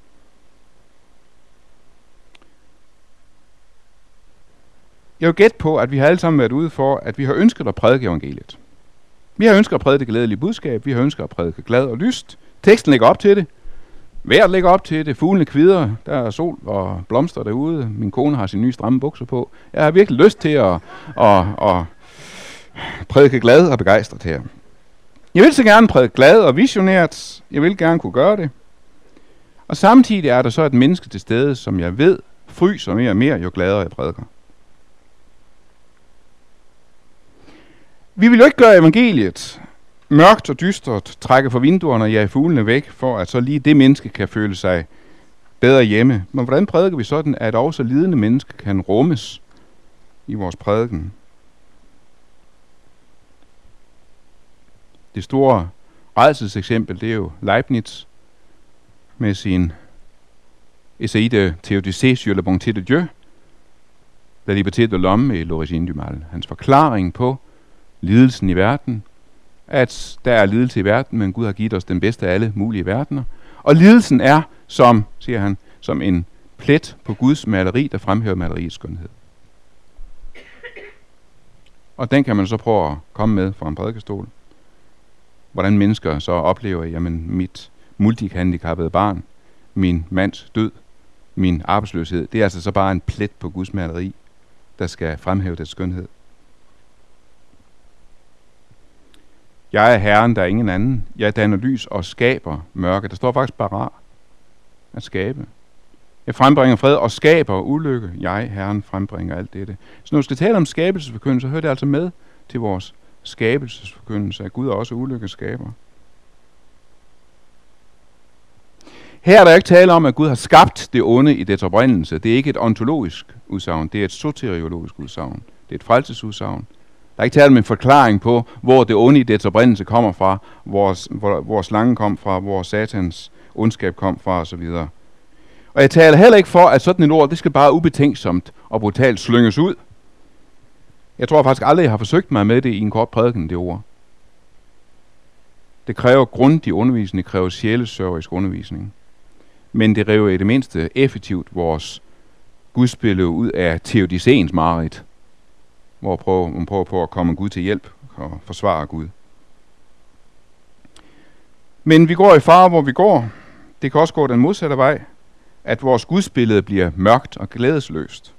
Jeg vil gætte på, at vi har alle sammen været ude for, at vi har ønsket at prædike evangeliet. Vi har ønsket at prædike det glædelige budskab. Vi har ønsket at prædike glad og lyst. Teksten lægger op til det. Vejret lægger op til det. Fuglene kvider. Der er sol og blomster derude. Min kone har sine nye stramme bukser på. Jeg har virkelig lyst til at, at, at prædike glad og begejstret her. Jeg vil så gerne prædike glad og visionært. Jeg vil gerne kunne gøre det. Og samtidig er der så et menneske til stede, som jeg ved fryser mere og mere, jo gladere jeg prædiker. Vi vil jo ikke gøre evangeliet mørkt og dystert, trække fra vinduerne og jage fuglene væk, for at så lige det menneske kan føle sig bedre hjemme. Men hvordan prædiker vi sådan, at også lidende mennesker kan rummes i vores prædiken? Det store rædselseksempel, det er jo Leibniz med sin essai de Théodicée sur la bonté de Dieu, La liberté de l'homme et l'origine du mal. Hans forklaring på lidelsen i verden, at der er lidelse i verden, men Gud har givet os den bedste af alle mulige verdener. Og lidelsen er, som, siger han, som en plet på Guds maleri, der fremhæver maleriets skønhed. Og den kan man så prøve at komme med fra en prædikestol. Hvordan mennesker så oplever, jamen mit multihandicappede barn, min mands død, min arbejdsløshed, det er altså så bare en plet på Guds maleri, der skal fremhæve dets skønhed. Jeg er Herren, der er ingen anden. Jeg danner lys og skaber mørke. Der står faktisk bara at skabe. Jeg frembringer fred og skaber ulykke. Jeg, Herren, frembringer alt dette. Så når vi skal tale om skabelsesforkyndelse, så hører det altså med til vores skabelsesforkyndelse, at Gud er også ulykkeskaber. Her er der ikke tale om, at Gud har skabt det onde i dets oprindelse. Det er ikke et ontologisk udsagn, det er et soteriologisk udsagn. Det er et frelsesudsagn. Der er ikke tale om en forklaring på, hvor det onde i dets oprindelse kommer fra, hvor, hvor, hvor slangen kom fra, hvor satans ondskab kom fra osv. Og jeg taler heller ikke for, at sådan et ord, det skal bare ubetænksomt og brutalt slynges ud. Jeg tror faktisk aldrig, jeg har forsøgt mig med det i en kort prædiken, det ord. Det kræver grundig undervisning, det kræver sjælesørgerisk undervisning. Men det river i det mindste effektivt vores gudsbillede ud af Théodicéens mareridt, hvor prøver, man prøver på at komme Gud til hjælp og forsvare Gud. Men vi går i fare, hvor vi går. Det kan også gå den modsatte vej, at vores gudsbillede bliver mørkt og glædesløst.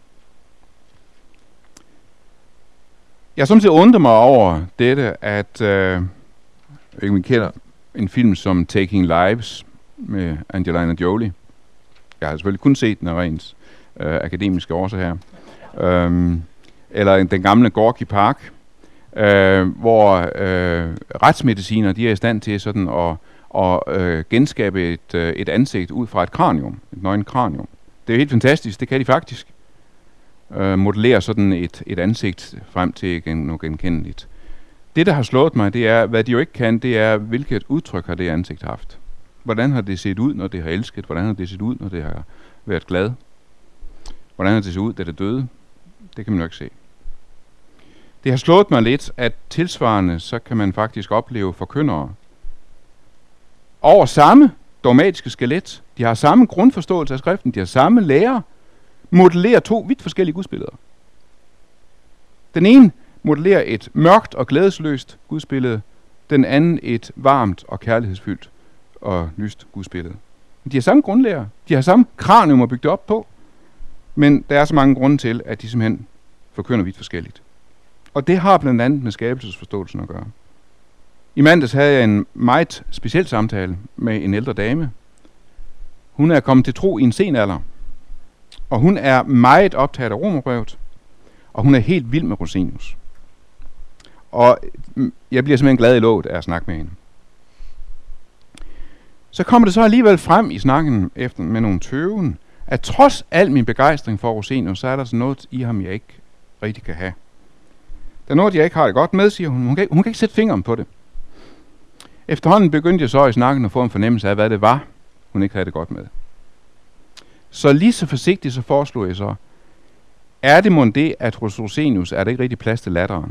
Jeg som undrer mig over dette, at øh, ikke man kender en film som Taking Lives med Angelina Jolie. Jeg har selvfølgelig kun set den af rent øh, akademiske årsager her. Øhm, eller den gamle Gorky Park, øh, hvor øh, retsmediciner de er i stand til sådan at og, øh, genskabe et, øh, et ansigt ud fra et kranium, et nøgen kranium. Det er helt fantastisk, det kan de faktisk. Øh, modellere sådan et, et ansigt frem til gen, noget genkendeligt. Det, der har slået mig, det er, hvad de jo ikke kan, det er, hvilket udtryk har det ansigt haft. Hvordan har det set ud, når det har elsket? Hvordan har det set ud, når det har været glad? Hvordan har det set ud, da det døde? Det kan man jo ikke se. Det har slået mig lidt, at tilsvarende, så kan man faktisk opleve forkyndere over samme dogmatiske skelet. De har samme grundforståelse af skriften, de har samme lære, modellerer to vidt forskellige gudsbilleder. Den ene modellerer et mørkt og glædesløst gudsbillede, den anden et varmt og kærlighedsfyldt og lyst gudsbillede. De har samme grundlærer, de har samme kranium at bygge det op på, men der er så mange grunde til, at de simpelthen forkynder vidt forskelligt. Og det har blandt andet med skabelsesforståelsen at gøre. I mandags havde jeg en meget speciel samtale med en ældre dame. Hun er kommet til tro i en sen alder, og hun er meget optaget af Romerbrevet, og hun er helt vild med Rosenius. Og jeg bliver simpelthen glad i låget af at snakke med hende. Så kommer det så alligevel frem i snakken efter med nogle tøven, at trods al min begejstring for Rosenius, så er der sådan noget i ham, jeg ikke rigtig kan have. Der er noget, jeg ikke har det godt med, siger hun. Hun kan, hun kan ikke sætte fingeren på det. Efterhånden begyndte jeg så i snakken at få en fornemmelse af, hvad det var, hun ikke havde det godt med. Så lige så forsigtigt så foreslog jeg så, er det mon det, at hos Rosenius er der ikke rigtig plads til latteren?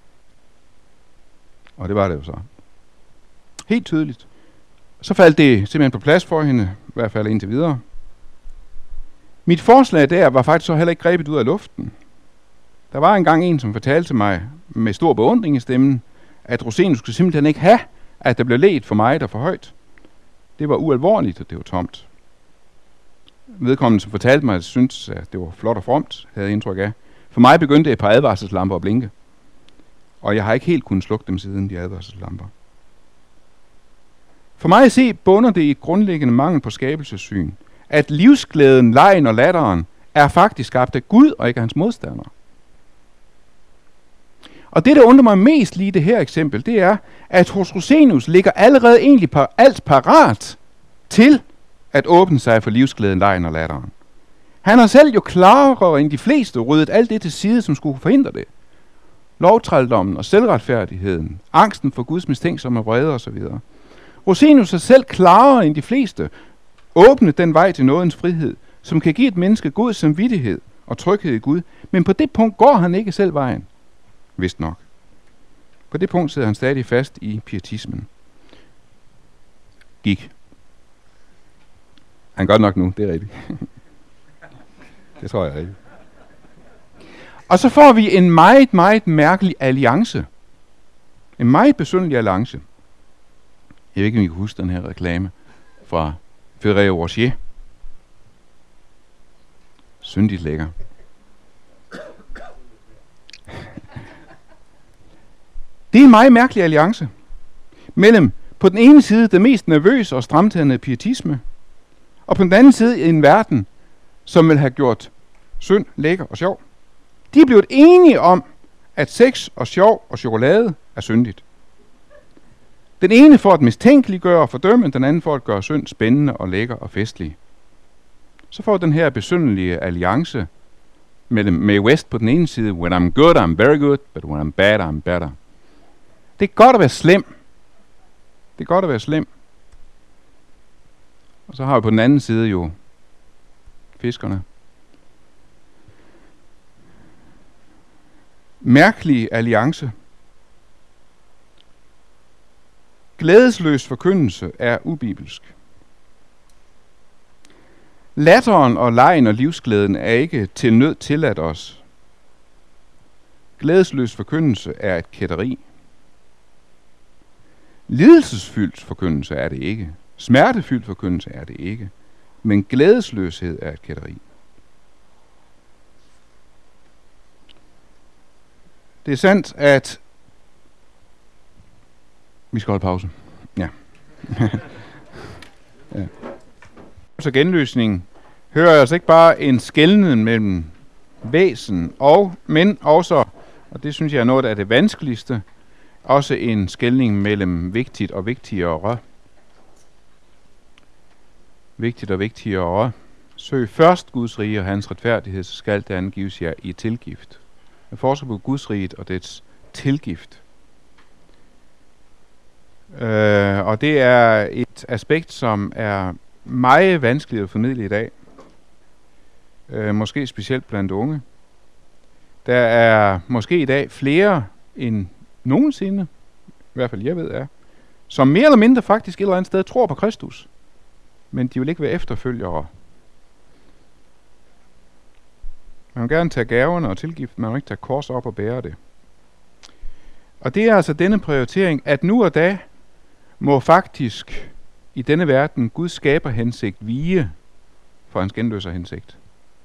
Og det var det jo så. Helt tydeligt. Så faldt det simpelthen på plads for hende, i hvert fald indtil videre. Mit forslag der var faktisk så heller ikke grebet ud af luften. Der var engang en, som fortalte mig med stor beundring i stemmen, at Rosenius skulle simpelthen ikke have, at der blev ledt for meget og for højt. Det var ualvorligt, og det var tomt. Vedkommende, som fortalte mig, syntes, at det var flot og fromt, havde jeg indtryk af. For mig begyndte et par advarselslamper at blinke. Og jeg har ikke helt kunnet slukke dem siden, de advarselslamper. For mig at se bunder det i et grundlæggende mangel på skabelsessyn, at livsglæden, legen og latteren er faktisk skabt af Gud og ikke af hans modstandere. Og det, der undrer mig mest lige i det her eksempel, det er, at hos Rosenius ligger allerede egentlig par, alt parat til at åbne sig for livsglæden, legen og latteren. Han har selv jo klarere end de fleste ryddet alt det til side, som skulle forhindre det. Lovtrældommen og selvretfærdigheden, angsten for Guds mistænksomme vrede osv. Rosenius er selv klarere end de fleste åbnet den vej til nådens frihed, som kan give et menneske god samvittighed og tryghed i Gud, men på det punkt går han ikke selv vejen. Vist nok. På det punkt sidder han stadig fast i pietismen. Gik. Han gør det nok nu, det er rigtigt. Det tror jeg er rigtigt. Og så får vi en meget, meget mærkelig alliance. En meget besynderlig alliance. Jeg ved ikke, om I kan huske den her reklame fra Ferrero Rocher. Syndigt lækker. Det er en meget mærkelig alliance mellem på den ene side det mest nervøse og stramtagende pietisme, og på den anden side en verden, som vil have gjort synd, lækker og sjov. De er blevet enige om, at sex og sjov og chokolade er syndigt. Den ene for at mistænkeliggøre og fordømme, den anden for at gøre synd spændende og lækker og festlig. Så får den her besynderlige alliance mellem Mae West på den ene side, when I'm good, I'm very good, but when I'm bad, I'm better. Det er godt at være slem. Det er godt at være slem. Og så har vi på den anden side jo fiskerne. Mærkelig alliance. Glædesløs forkyndelse er ubibelsk. Latteren og legen og livsglæden er ikke til nød tilladt os. Glædesløs forkyndelse er et kætteri. Lidelsesfyldt forkyndelse er det ikke. Smertefyldt forkyndelse er det ikke. Men glædesløshed er et kætteri. Det er sandt, at vi skal holde pause. Ja. Ja. Så genløsning hører altså ikke bare en skelnen mellem væsen, og, men også, og det synes jeg er noget af det vanskeligste, også en skelning mellem vigtigt og vigtigere. Vigtigt og vigtigere. Søg først Guds rige og hans retfærdighed, så skal det angives jer i tilgift. Jeg forsker på Guds riget og dets tilgift. Øh, og det er et aspekt, som er meget vanskeligt at formidle i dag. Øh, måske specielt blandt unge. Der er måske i dag flere end nogensinde, i hvert fald jeg ved er, som mere eller mindre faktisk et eller andet sted tror på Kristus. Men de vil ikke være efterfølgere. Man vil gerne tage gaverne og tilgiften, man vil ikke tage kors op og bære det. Og det er altså denne prioritering, at nu og da må faktisk i denne verden Guds skaberhensigt vige for hans genløserhensigt.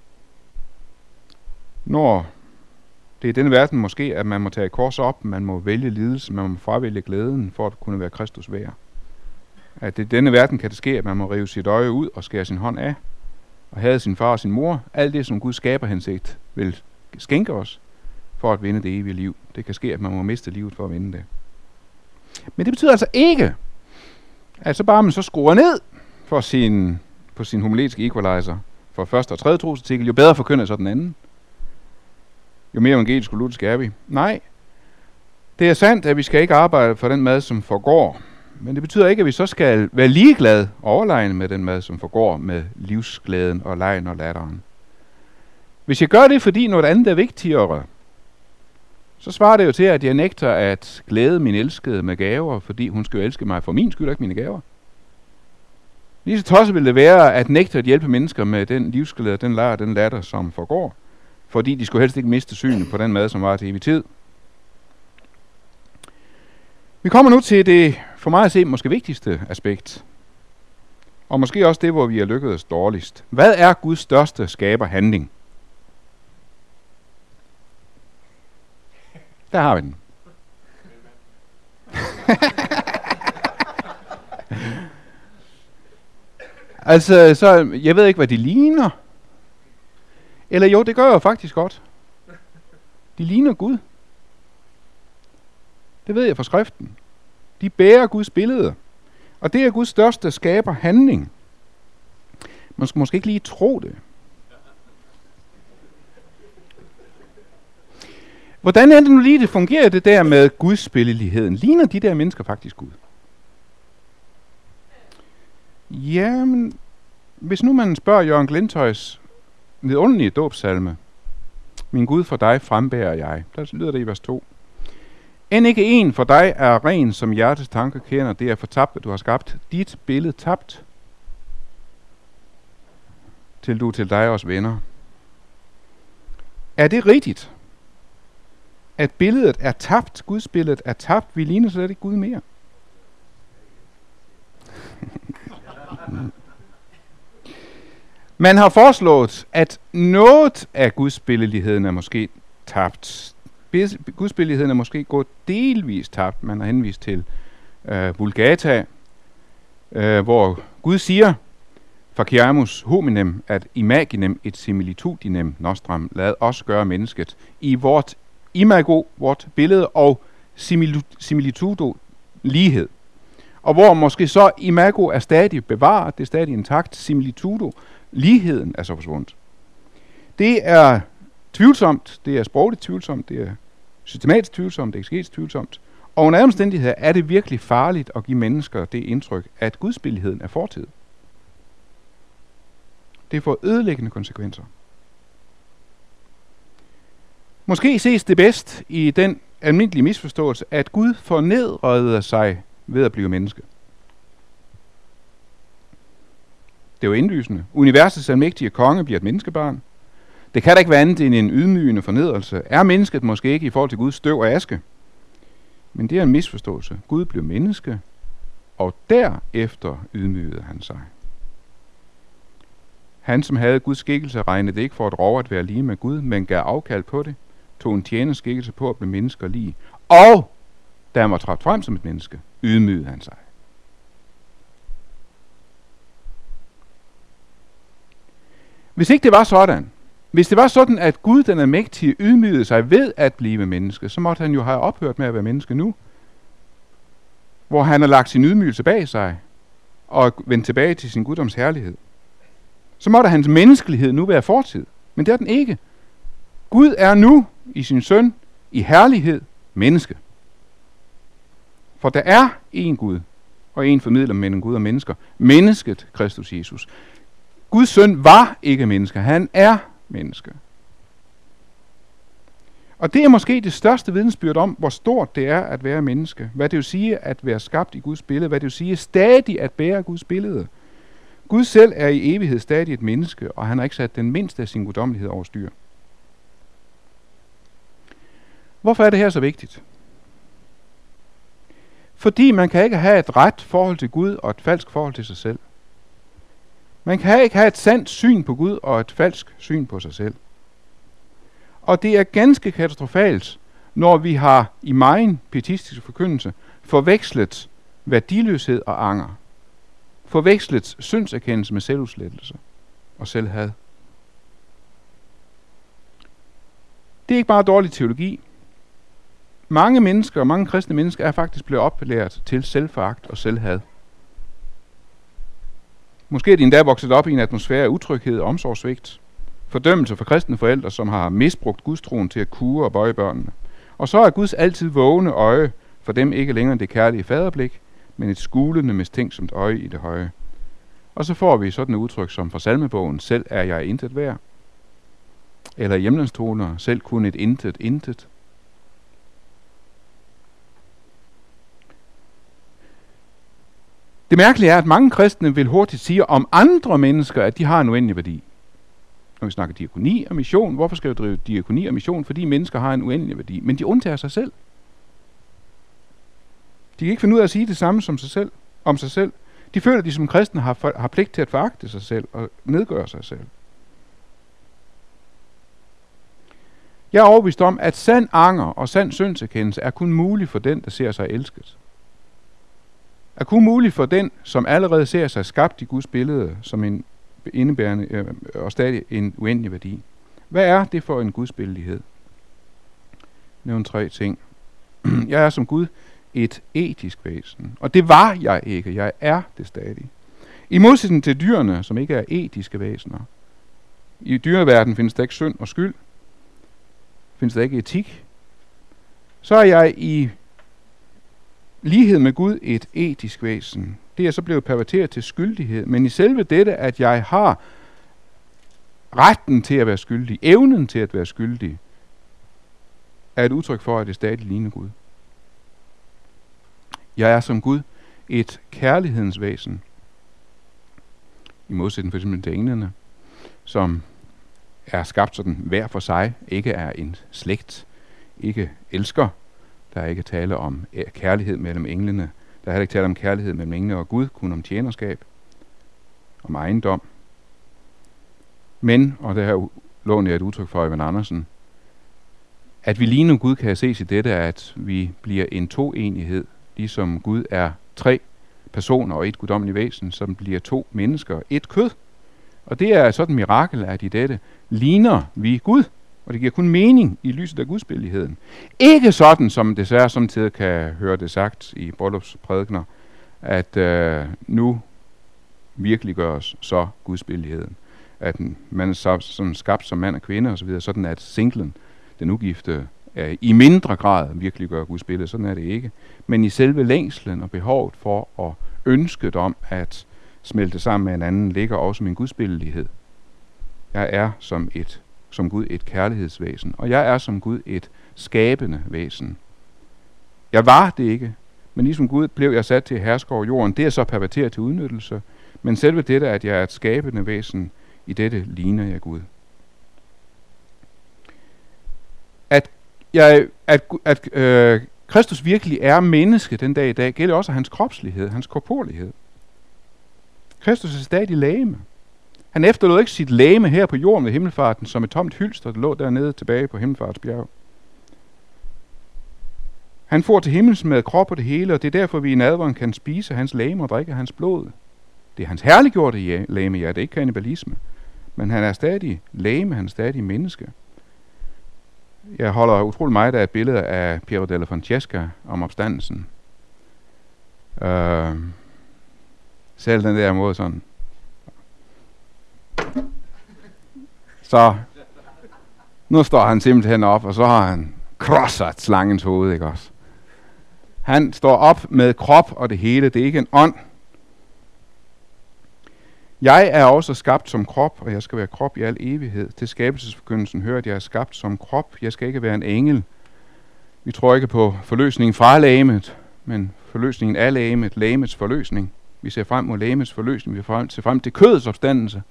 Når det er i denne verden måske, at man må tage kors op, man må vælge lidelse, man må fravælge glæden for at kunne være Kristus værd. At det i denne verden kan det ske, at man må rive sit øje ud og skære sin hånd af, og have sin far og sin mor. Alt det, som Guds skaberhensigt vil skænke os, for at vinde det evige liv. Det kan ske, at man må miste livet for at vinde det. Men det betyder altså ikke, at så bare man så skruer ned for sin, på sin homiletiske equalizer for første og tredje trosartikel, jo bedre forkynder så den anden. Jo mere evangelisk og luthersk er vi. Nej, det er sandt, at vi skal ikke arbejde for den mad, som forgår. Men det betyder ikke, at vi så skal være ligeglade overlegnet med den mad, som forgår med livsglæden og lejen og latteren. Hvis jeg gør det, fordi noget andet er vigtigere, så svarer det jo til, at jeg nægter at glæde min elskede med gaver, fordi hun skal jo elske mig for min skyld, ikke mine gaver. Lige så tosset vil det være at nægte at hjælpe mennesker med den livsglæde, den lejr, den latter, som forgår, fordi de skulle helst ikke miste synet på den mad, som var til evig tid. Vi kommer nu til det, for mig at se, måske vigtigste aspekt. Og måske også det, hvor vi er lykkedes dårligst. Hvad er Guds største skaberhandling? Der har vi den. altså, så jeg ved ikke, hvad de ligner. Eller jo, det gør jeg jo faktisk godt. De ligner Gud. Det ved jeg fra skriften. De bærer Guds billede. Og det er Guds største skaberhandling. Man skal måske ikke lige tro det. Hvordan er det nu lige, det fungerer det der med Guds billeligheden? Ligner de der mennesker faktisk Gud? Jamen, hvis nu man spørger Jørgen Glentøjs vidunderlige dåbssalme, min Gud for dig frembærer jeg, der lyder det i vers to. End ikke en for dig er ren, som hjertets tanke kender, det er fortabt, at du har skabt dit billede tabt, til du til dig også venner. Er det rigtigt, at billedet er tabt, Guds billedet er tabt, vi ligner slet ikke Gud mere? Man har foreslået, at noget af Guds billeligheden er måske tabt. Guds billeligheden er måske gået delvis tabt. Man har henvist til øh, Vulgata, øh, hvor Gud siger, faciamus hominem, at imaginem et similitudinem nostram, lad os gøre mennesket i vort imago, vort billede, og similitudo, lighed. Og hvor måske så imago er stadig bevaret, det er stadig intakt, similitudo, ligheden er så forsvundet. Det er tvivlsomt, det er sprogligt tvivlsomt, det er systematisk tvivlsomt, det er eksketisk tvivlsomt. Og under omstændigheder er det virkelig farligt at give mennesker det indtryk, at gudsbilligheden er fortid. Det får ødelæggende konsekvenser. Måske ses det bedst i den almindelige misforståelse, at Gud fornedrede sig ved at blive menneske. Det er jo indlysende. Universets almægtige konge bliver et menneskebarn. Det kan da ikke være andet end en ydmygende fornedrelse. Er mennesket måske ikke i forhold til Guds støv og aske? Men det er en misforståelse. Gud blev menneske, og derefter ydmygede han sig. Han, som havde Guds skikkelse, regnede det ikke for et rov at være lige med Gud, men gav afkald på det, tog en tjeners skikkelse på at blive mennesker lige. Og da han var trådt frem som et menneske, ydmygede han sig. Hvis ikke det var sådan, Hvis det var sådan, at Gud, den almægtige, ydmygede sig ved at blive menneske, så måtte han jo have ophørt med at være menneske nu, hvor han har lagt sin ydmygelse bag sig og vendt tilbage til sin guddoms herlighed. Så måtte hans menneskelighed nu være fortid, men det er den ikke. Gud er nu i sin søn i herlighed menneske. For der er én Gud, og én formidler mellem Gud og mennesker. Mennesket, Kristus Jesus. Guds søn var ikke menneske, han er menneske. Og det er måske det største vidensbyrd om, hvor stort det er at være menneske. Hvad det vil sige at være skabt i Guds billede. Hvad det vil sige stadig at bære Guds billede. Gud selv er i evighed stadig et menneske, og han har ikke sat den mindste af sin guddommelighed over styr. Hvorfor er det her så vigtigt? Fordi man kan ikke have et ret forhold til Gud og et falsk forhold til sig selv. Man kan ikke have et sandt syn på Gud og et falsk syn på sig selv. Og det er ganske katastrofalt, når vi har i megen pietistisk forkyndelse forvekslet værdiløshed og anger. Forvekslet syndserkendelse med selvudslettelse og selvhad. Det er ikke bare dårlig teologi. Mange mennesker og mange kristne mennesker er faktisk blevet oplært til selvforagt og selvhad. Måske er de endda vokset op i en atmosfære af utryghed og omsorgssvigt. Fordømmelse for kristne forældre, som har misbrugt gudstroen til at kue og bøje børnene. Og så er Guds altid vågne øje for dem ikke længere det kærlige faderblik, men et skulende, mistænksomt øje i det høje. Og så får vi sådan et udtryk som fra salmebogen, selv er jeg intet værd. Eller i hjemlandstoner, selv kun et intet intet. Det mærkelige er, at mange kristne vil hurtigt sige om andre mennesker, at de har en uendelig værdi. Når vi snakker diakoni og mission, hvorfor skal vi drive diakoni og mission? Fordi mennesker har en uendelig værdi. Men de undtager sig selv. De kan ikke finde ud af at sige det samme som sig selv, om sig selv. De føler, at de som kristne har, for, har pligt til at foragte sig selv og nedgøre sig selv. Jeg er overbevist om, at sand anger og sand syndserkendelse er kun mulig for den, der ser sig elsket. Er kun mulig for den, som allerede ser sig skabt i Guds billede som en indebærende øh, og stadig en uendelig værdi. Hvad er det for en gudsbillighed? Nævn tre ting. Jeg er som Gud et etisk væsen, og det var jeg ikke. Jeg er det stadig. I modsætning til dyrene, som ikke er etiske væsener. I dyreverdenen findes der ikke synd og skyld. Findes der ikke etik. Så er jeg i lighed med Gud et etisk væsen. Det er så blevet perverteret til skyldighed, men i selve dette, at jeg har retten til at være skyldig, evnen til at være skyldig, er et udtryk for, at det stadig ligner Gud. Jeg er som Gud et kærlighedens væsen, i modsætning for eksempel til englene, som er skabt sådan hver for sig, ikke er en slægt, ikke elsker. Der er ikke tale om kærlighed mellem englene. Der er heller ikke tale om kærlighed mellem engle og Gud, kun om tjenerskab, om ejendom. Men, og det her låner jeg et udtryk for Ivan Andersen, at vi lige nu Gud kan ses i dette, at vi bliver en toenighed, ligesom Gud er tre personer og et guddommeligt væsen, som bliver to mennesker, et kød. Og det er sådan et mirakel, at i dette ligner vi Gud, og det giver kun mening i lyset af gudsbilligheden. Ikke sådan, som desværre samtidig kan høre det sagt i bryllupsprædikener, at øh, nu virkelig gøres så gudsbilligheden. At man er så, sådan skabt som mand og kvinde osv., sådan at singlen, den ugifte, er i mindre grad virkelig gør Guds billede. Sådan er det ikke. Men i selve længslen og behovet for og ønsket om at smelte sammen med en anden, ligger også min gudsbillighed. Jeg er som et som Gud et kærlighedsvæsen, og jeg er som Gud et skabende væsen. Jeg var det ikke, men ligesom Gud blev jeg sat til at herske over jorden. Det er så perverteret til udnyttelse, men selve dette, at jeg er et skabende væsen, i dette ligner jeg Gud. At, jeg, at, at øh, Kristus virkelig er menneske den dag i dag, gælder også hans kropslighed, hans korporlighed. Kristus er stadig legeme. Han efterlod ikke sit legeme her på jorden ved himmelfarten som et tomt hylster, der lå dernede tilbage på himmelfartsbjerg. Han får til himmels med krop og det hele, og det er derfor, vi i nadveren kan spise hans legeme og drikke hans blod. Det er hans herliggjorte legeme, ja, det er ikke kannibalisme. Men han er stadig legeme, han er stadig menneske. Jeg holder utrolig meget af et billede af Piero della Francesca om opstandelsen. Uh, selv den der måde sådan. Så nu står han simpelthen op, og så har han krosset slangens hoved, ikke også? Han står op med krop og det hele. Det er ikke en ånd. Jeg er også skabt som krop, og jeg skal være krop i al evighed. Til skabelsesforkyndelsen hører, at jeg er skabt som krop. Jeg skal ikke være en engel. Vi tror ikke på forløsningen fra lægemet, men forløsningen af lægemet, lægemets forløsning. Vi ser frem mod lægemets forløsning. Vi ser frem til kødets opstandelse.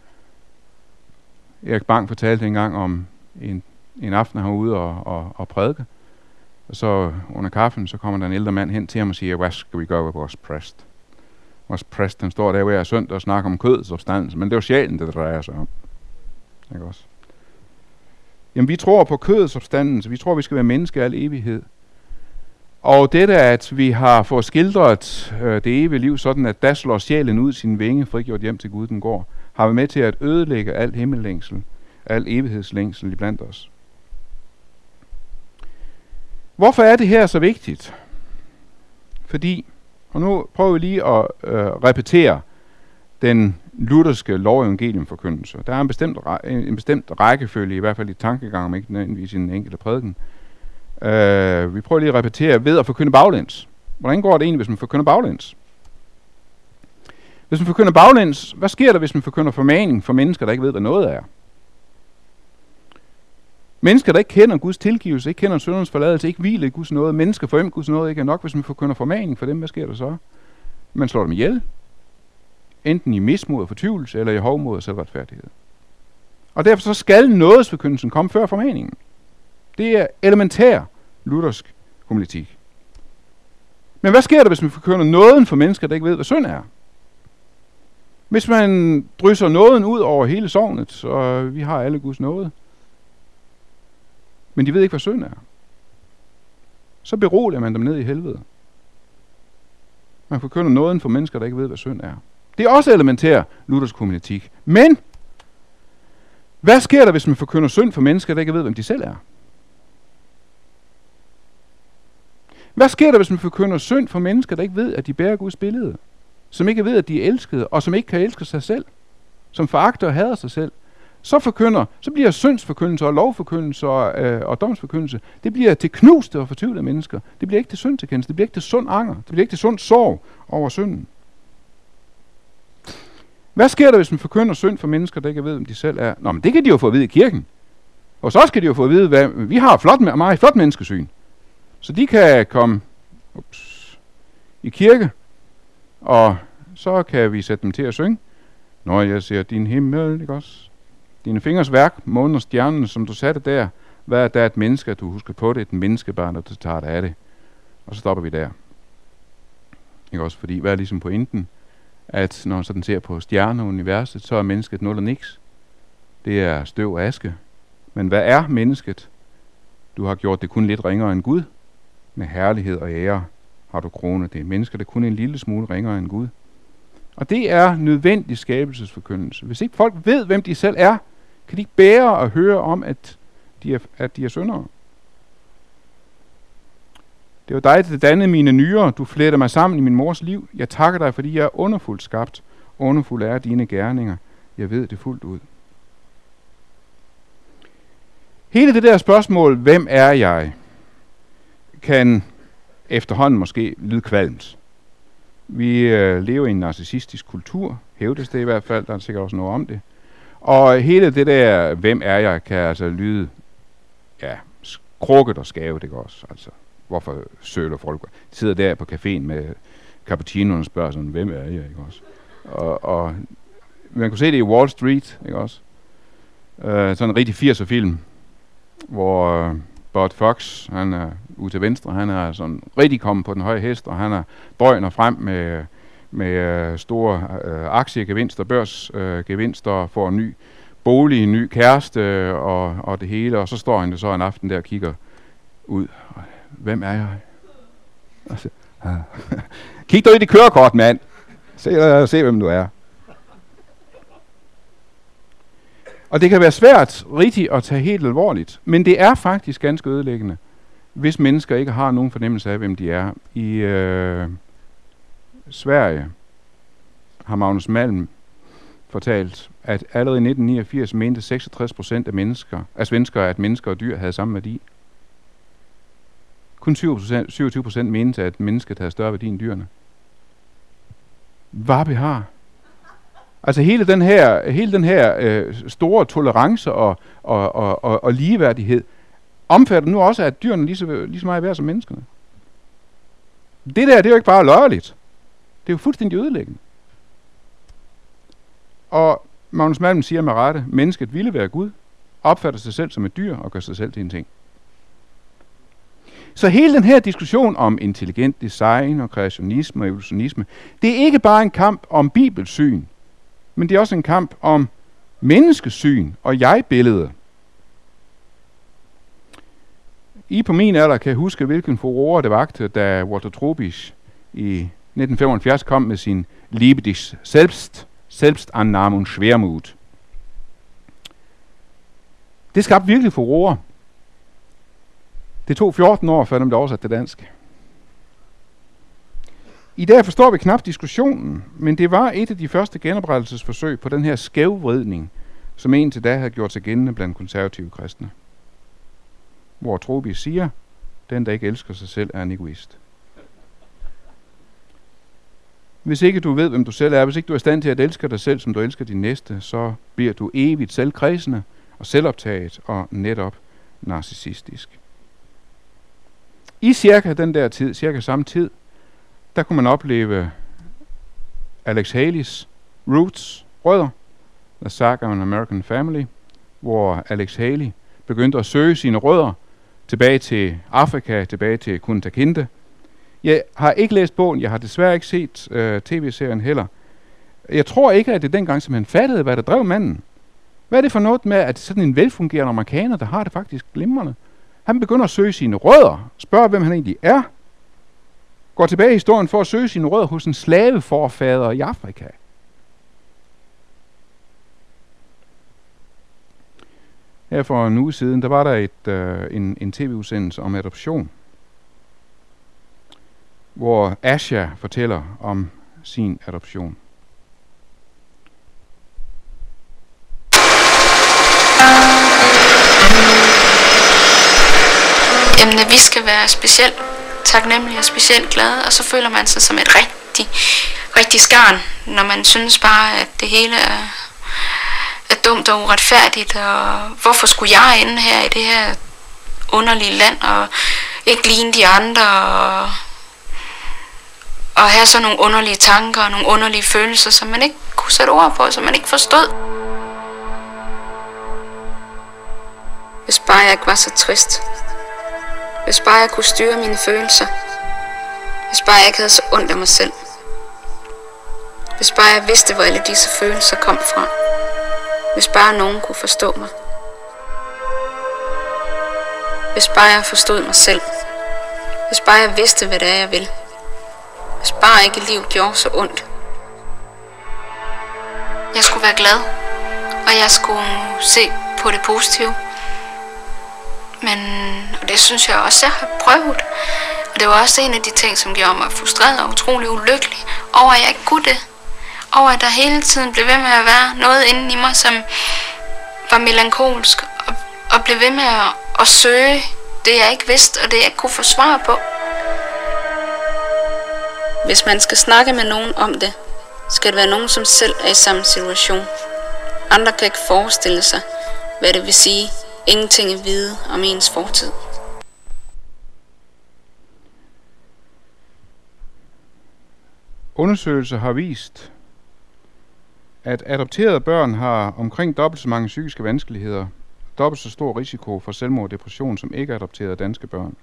Erik Bang fortalte engang om en, en aften, han var ude og, og, og prædike. Og så under kaffen, så kommer der en ældre mand hen til ham og siger, "Where skal we go with vores præst?" Vores præst, han står der hver søndag og snakker om kødets opstandelse, men det er jo sjælen, det drejer sig om. Ikke også? Jamen, vi tror på kødets opstandelse. Vi tror, vi skal være mennesker i al evighed. Og dette, at vi har fået skildret øh, det evige liv, sådan at der slår sjælen ud sin vinge, frigjort hjem til Gud, den går, har vi med til at ødelægge al himmellængsel, al evighedslængsel iblandt os. Hvorfor er det her så vigtigt? Fordi, og nu prøver vi lige at øh, repetere den lutherske lov-evangelium-forkyndelse. Der er en bestemt, en bestemt rækkefølge, i hvert fald i tankegang, om ikke nødvendigvis i en enkelte prædiken. Uh, vi prøver lige at repetere ved at forkynde baglæns. Hvordan går det egentlig, hvis man forkynder baglæns? Hvis man forkynder baglæns, hvad sker der, hvis man forkynder formaning for mennesker, der ikke ved, hvad noget er? Mennesker, der ikke kender Guds tilgivelse, ikke kender syndernes forladelse, ikke hviler i Guds nåde, mennesker for hvem Guds nåde ikke er nok, hvis man forkynder formaning for dem, hvad sker der så? Man slår dem ihjel, enten i mismod og fortvivlelse, eller i hovmod og selvretfærdighed. Og derfor så skal nådesforkyndelsen komme før formaningen. Det er elementær luthersk homiletik. Men hvad sker der, hvis man forkynder nåden for mennesker, der ikke ved, hvad synd er? Hvis man drysser nåden ud over hele sognet, så vi har alle Guds nåde, men de ved ikke, hvad synd er, så beroliger man dem ned i helvede. Man forkynder nåden for mennesker, der ikke ved, hvad synd er. Det er også elementær luthersk homiletik. Men hvad sker der, hvis man forkynder synd for mennesker, der ikke ved, hvem de selv er? Hvad sker der, hvis man forkynder synd for mennesker, der ikke ved, at de bærer Guds billede? Som ikke ved, at de er elskede, og som ikke kan elske sig selv? Som foragter og hader sig selv? Så forkynder, så bliver syndsforkyndelse og lovforkyndelse og, øh, og domsforkyndelse, det bliver til knuste og fortvivlede mennesker. Det bliver ikke til syndtilkendelse, det bliver ikke til sund anger, det bliver ikke til sund sorg over synden. Hvad sker der, hvis man forkynder synd for mennesker, der ikke ved, hvem de selv er? Nå, men det kan de jo få at vide i kirken. Og så skal de jo få at vide, hvad vi har flot, meget flot menneskesyn. Så de kan komme ups, i kirke, og så kan vi sætte dem til at synge. Når jeg ser din himmel, ikke også? Dine fingers værk, månen og stjernen, som du satte der. Hvad er der et menneske, at du husker på det? Et menneskebarn, og du tager dig af det. Og så stopper vi der. Ikke også? Fordi, hvad er ligesom pointen? At når man sådan ser på stjerner og universet, så er mennesket nul og niks. Det er støv og aske. Men hvad er mennesket? Du har gjort det kun lidt ringere end Gud. Med herlighed og ære har du kronet det. Mennesker, der kun er en lille smule ringere end Gud. Og det er nødvendig skabelsesforkyndelse. Hvis ikke folk ved, hvem de selv er, kan de ikke bære at høre om, at de er, at de er syndere. Det var dig, der dannede mine nyrer. Du fletter mig sammen i min mors liv. Jeg takker dig, fordi jeg er underfuldt skabt. Underfuld er dine gerninger. Jeg ved det fuldt ud. Hele det der spørgsmål, hvem er jeg, kan efterhånden måske lyde kvalmt. Vi øh, lever i en narcissistisk kultur, hævdes det i hvert fald, der er sikkert også noget om det. Og hele det der, hvem er jeg, kan altså lyde, ja, krukket og skævet, ikke også? Altså, hvorfor søler folk? De sidder der på caféen med cappuccinoen og spørger sådan, hvem er jeg, ikke også? Og, og man kunne se det i Wall Street, ikke også? Uh, sådan en rigtig firser film, hvor uh, Bud Fox, han er ude til venstre, han er sådan rigtig kommet på den høje hest, og han er drøner frem med, med uh, store uh, aktiegevinster, børsgevinster, uh, får en ny bolig, en ny kæreste uh, og, og det hele, og så står han så en aften der og kigger ud. Hvem er jeg? Altså, uh. Kig dig i det kørekort, mand. Se, uh, se, hvem du er. Og det kan være svært rigtigt at tage helt alvorligt, men det er faktisk ganske ødelæggende, hvis mennesker ikke har nogen fornemmelse af, hvem de er. I øh, Sverige har Magnus Malm fortalt, at allerede i nitten niogfirs mente seksogtres procent af mennesker, af svenskere, at mennesker og dyr havde samme værdi. Kun syvogtyve procent mente, at mennesket havde større værdi end dyrene. Hvad vi har? Altså hele den her, hele den her øh, store tolerance og, og, og, og, og ligeværdighed omfatter nu også, at dyrene lige så, lige så meget værd som menneskerne. Det der, det er jo ikke bare løjerligt. Det er jo fuldstændig ødelæggende. Og Magnus Malm siger med rette, mennesket ville være Gud, opfatter sig selv som et dyr og gør sig selv til en ting. Så hele den her diskussion om intelligent design og kreationisme og evolutionisme, det er ikke bare en kamp om bibelsyn, men det er også en kamp om menneskesyn og jeg-billede. I på min alder kan huske, hvilken furore det vagte, da Walter Tropisch i nitten femoghalvfjerds kom med sin Liebe dich selbst, Selbstannahme und Schwermut. Det skabte virkelig furore. Det tog fjorten år, før dem blev oversat til dansk. I dag forstår vi knap diskussionen, men det var et af de første genoprettelsesforsøg på den her skævvridning, som indtil da havde gjort sig gældende blandt konservative kristne. Hvor Tropisch siger, den der ikke elsker sig selv er en egoist. Hvis ikke du ved, hvem du selv er, hvis ikke du er i stand til at elske dig selv, som du elsker din næste, så bliver du evigt selvkredsende og selvoptaget og netop narcissistisk. I cirka den der tid, cirka samme tid, der kunne man opleve Alex Haley's Roots, Rødder, The Saga of an American Family, hvor Alex Haley begyndte at søge sine rødder tilbage til Afrika, tilbage til Kunta Kinte. Jeg har ikke læst bogen, jeg har desværre ikke set øh, tv-serien heller. Jeg tror ikke, at det dengang simpelthen fattede, hvad der drev manden. Hvad er det for noget med, at sådan en velfungerende amerikaner, der har det faktisk glimrende? Han begynder at søge sine rødder, spørger, hvem han egentlig er, går tilbage i historien for at søge sine rødder hos en slaveforfader i Afrika. Her for en uge siden, der var der et, øh, en, en tv-udsendelse om adoption, hvor Asha fortæller om sin adoption. Jamen, vi skal være specielt taknemmelige og specielt glade, og så føler man sig som et rigtig, rigtig skarn, når man synes bare, at det hele er, er dumt og uretfærdigt, og hvorfor skulle jeg ende her i det her underlige land, og ikke ligne de andre, og, og have sådan nogle underlige tanker og nogle underlige følelser, som man ikke kunne sætte ord på, som man ikke forstod. Hvis bare jeg ikke var så trist. Hvis bare jeg kunne styre mine følelser. Hvis bare jeg ikke havde så ondt af mig selv. Hvis bare jeg vidste, hvor alle disse følelser kom fra. Hvis bare nogen kunne forstå mig. Hvis bare jeg forstod mig selv. Hvis bare jeg vidste, hvad det er, jeg vil. Hvis bare ikke livet gjorde så ondt. Jeg skulle være glad. Og jeg skulle se på det positive. Men og det synes jeg også, jeg har prøvet. Og det var også en af de ting, som gjorde mig frustreret og utrolig ulykkelig over, at jeg ikke kunne det. Over, at der hele tiden blev ved med at være noget inde i mig, som var melankolsk. Og, og blev ved med at, at søge det, jeg ikke vidste, og det, jeg ikke kunne få svar på. Hvis man skal snakke med nogen om det, skal det være nogen, som selv er i samme situation. Andre kan ikke forestille sig, hvad det vil sige. Ingenting at vide om ens fortid. Undersøgelser har vist, at adopterede børn har omkring dobbelt så mange psykiske vanskeligheder, dobbelt så stor risiko for selvmord og depression som ikke adopterede danske børn.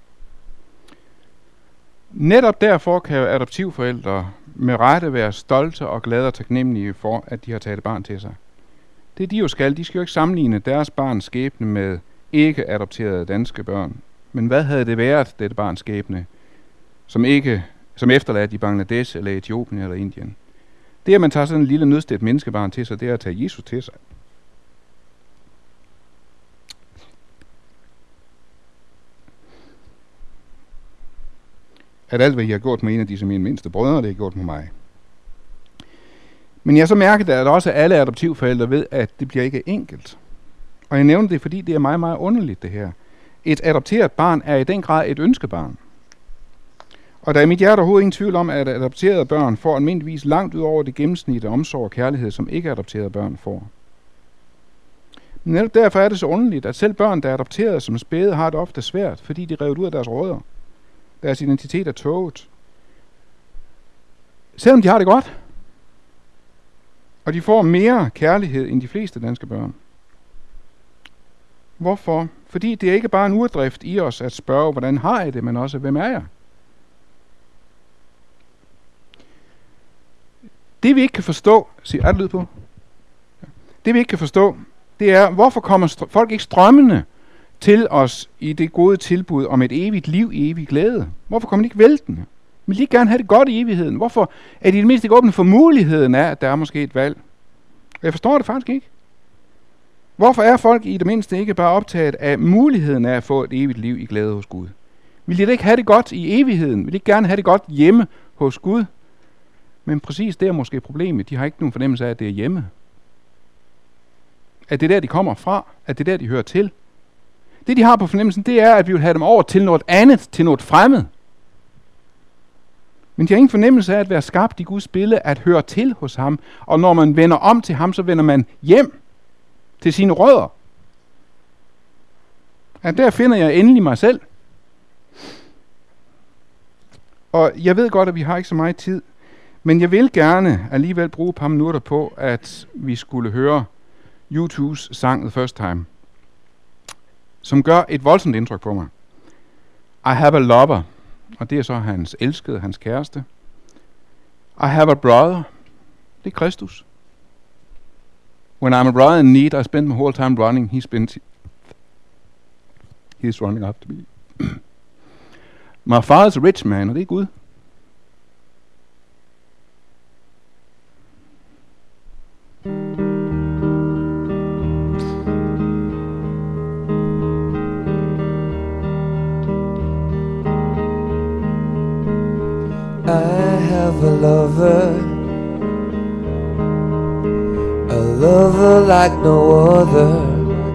Netop derfor kan adoptivforældre med rette være stolte og glade og taknemmelige for, at de har taget et barn til sig. Det de jo skal, de skal jo ikke sammenligne deres barns skæbne med ikke adopterede danske børn. Men hvad havde det været, dette barns skæbne, som ikke, som efterladt i Bangladesh eller Etiopien eller Indien? Det, at man tager sådan en lille nødstedt menneskebarn til sig, det er at tage Jesus til sig. at alt, hvad I har gjort med en af disse mine mindste brødre, det er gjort med mig. Men jeg har så mærket, at også alle adoptivforældre ved, at det bliver ikke enkelt. Og jeg nævner det, fordi det er meget, meget underligt, det her. Et adopteret barn er i den grad et ønskebarn. Og der er i mit hjerte overhovedet ingen tvivl om, at adopterede børn får almindeligvis langt ud over det gennemsnit af omsorg og kærlighed, som ikke adopterede børn får. Men netop derfor er det så underligt, at selv børn, der er adopteret som spæde, har det ofte svært, fordi de er revet ud af deres rødder. Deres identitet er tåget. Selvom de har det godt. Og de får mere kærlighed end de fleste danske børn. Hvorfor? Fordi det er ikke bare en urdrift i os at spørge, hvordan har jeg det, men også, hvem er jeg? Det vi ikke kan forstå, siger, er det lyd på? Det vi ikke kan forstå, det er, hvorfor kommer str- folk ikke strømmende til os i det gode tilbud om et evigt liv i evig glæde? Hvorfor kommer de ikke væltende? Vil de gerne have det godt i evigheden? Hvorfor er de i det mindste ikke åbne for muligheden af, at der er måske et valg? Jeg forstår det faktisk ikke. Hvorfor er folk i det mindste ikke bare optaget af muligheden af at få et evigt liv i glæde hos Gud? Vil de da ikke have det godt i evigheden? Vil de ikke gerne have det godt hjemme hos Gud? Men præcis det er måske problemet. De har ikke nogen fornemmelse af, at det er hjemme. At det er der, de kommer fra. At det er der, de hører til. Det, de har på fornemmelsen, det er, at vi vil have dem over til noget andet, til noget fremmed. Men de har ingen fornemmelse af at være skabt i Guds billede, at høre til hos ham. Og når man vender om til ham, så vender man hjem til sine rødder. At der finder jeg endelig mig selv. Og jeg ved godt, at vi har ikke så meget tid. Men jeg vil gerne alligevel bruge et par minutter på, at vi skulle høre U to's sang The First Time, som gør et voldsomt indtryk på mig. I have a lover, og det er så hans elskede, hans kæreste. I have a brother, det er Kristus. When I'm a brother in need, I spend my whole time running. He's been t- He's running after me. My father's a rich man, og det er Gud. I have a lover, a lover like no other.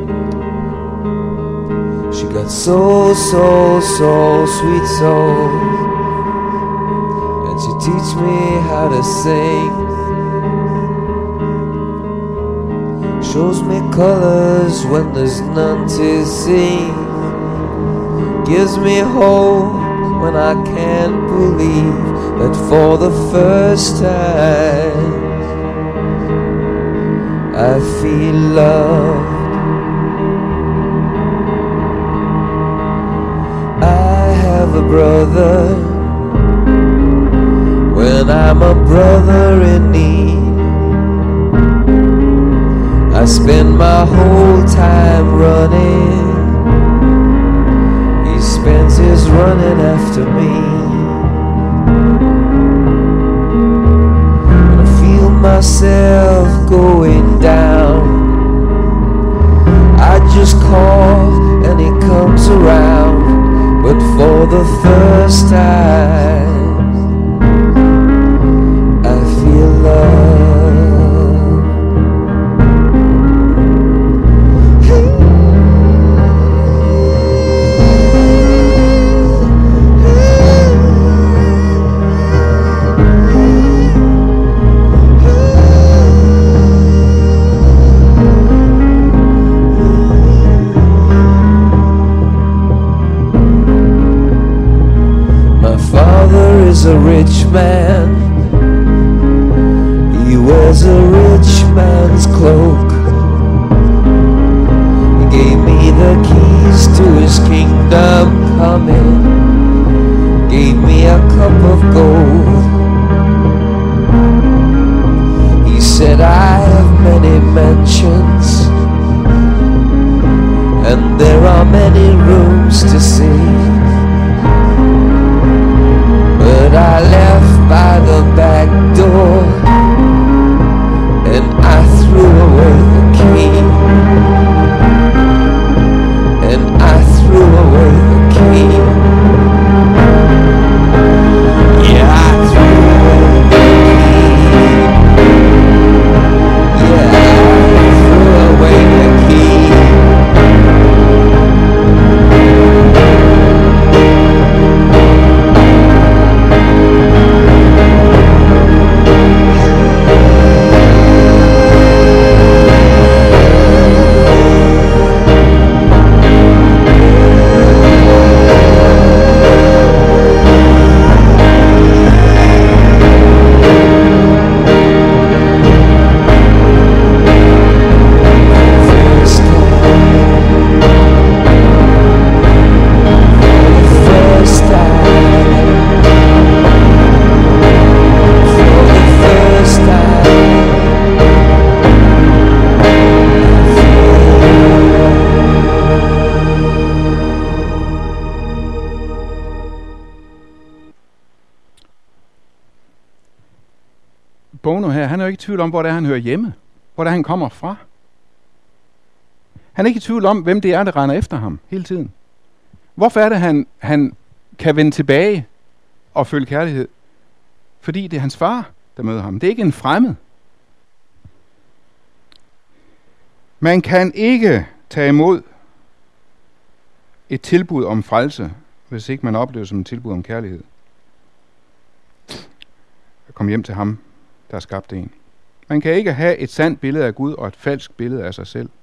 She got so, so, so sweet soul, and she teach me how to sing. Shows me colors when there's none to see. Gives me hope when I can't believe that for the first time I feel love. I have a brother when I'm a brother in need. I spend my whole time running, he spends his running after me. When I feel myself going down, I just call and he comes around. But for the first time I feel love. A rich man, he wears a rich man's cloak. He gave me the keys to his kingdom coming, gave me a cup of gold. He said I have many mansions, and there are many rooms to see. But I left by the back door, and I threw away the key, and I threw away the key. Bono her, han er jo ikke i tvivl om, hvor det er, han hører hjemme. Hvor det er, han kommer fra. Han er ikke i tvivl om, hvem det er, der render efter ham hele tiden. Hvorfor er det, han, han kan vende tilbage og føle kærlighed? Fordi det er hans far, der møder ham. Det er ikke en fremmed. Man kan ikke tage imod et tilbud om frelse, hvis ikke man oplever det som et tilbud om kærlighed. Kom hjem til ham, der har skabt en. Man kan ikke have et sandt billede af Gud og et falsk billede af sig selv.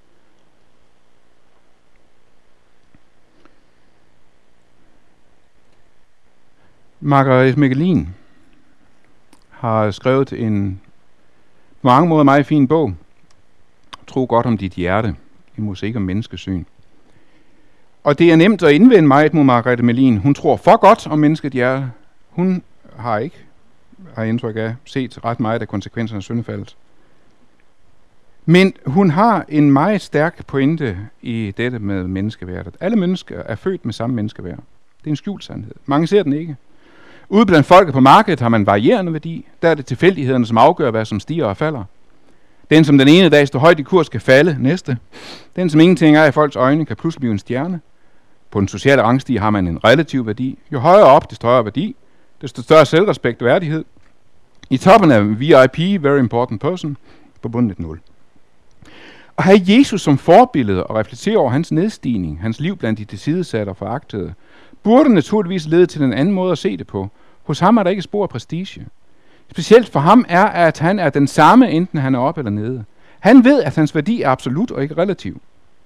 Margaret Mikkelin har skrevet en på mange måder meget fin bog, Tro godt om dit hjerte, en musik om menneskesyn. Og det er nemt at indvende meget mod Margrethe Melin. Hun tror for godt om mennesket hjerte. Hun har ikke, har indtryk af, set ret meget af konsekvenserne af syndefaldet. Men hun har en meget stærk pointe i dette med menneskeværdet. Alle mennesker er født med samme menneskeværd. Det er en skjult sandhed. Mange ser den ikke. Ude blandt folket på markedet har man varierende værdi. Der er det tilfældighederne, som afgør, hvad som stiger og falder. Den, som den ene dag står højt i kurs, kan falde næste. Den, som ingenting er i folks øjne, kan pludselig blive en stjerne. På den sociale rangstige har man en relativ værdi. Jo højere op, desto større værdi. Desto større selvrespekt og værdighed. I toppen af V I P, Very Important Person, forbundet et nul. At have Jesus som forbillede og reflektere over hans nedstigning, hans liv blandt de tilsidesatte og foragtede, burde naturligvis lede til en anden måde at se det på. Hos ham er der ikke spor af prestige. Specielt for ham er, at han er den samme, enten han er oppe eller nede. Han ved, at hans værdi er absolut og ikke relativ.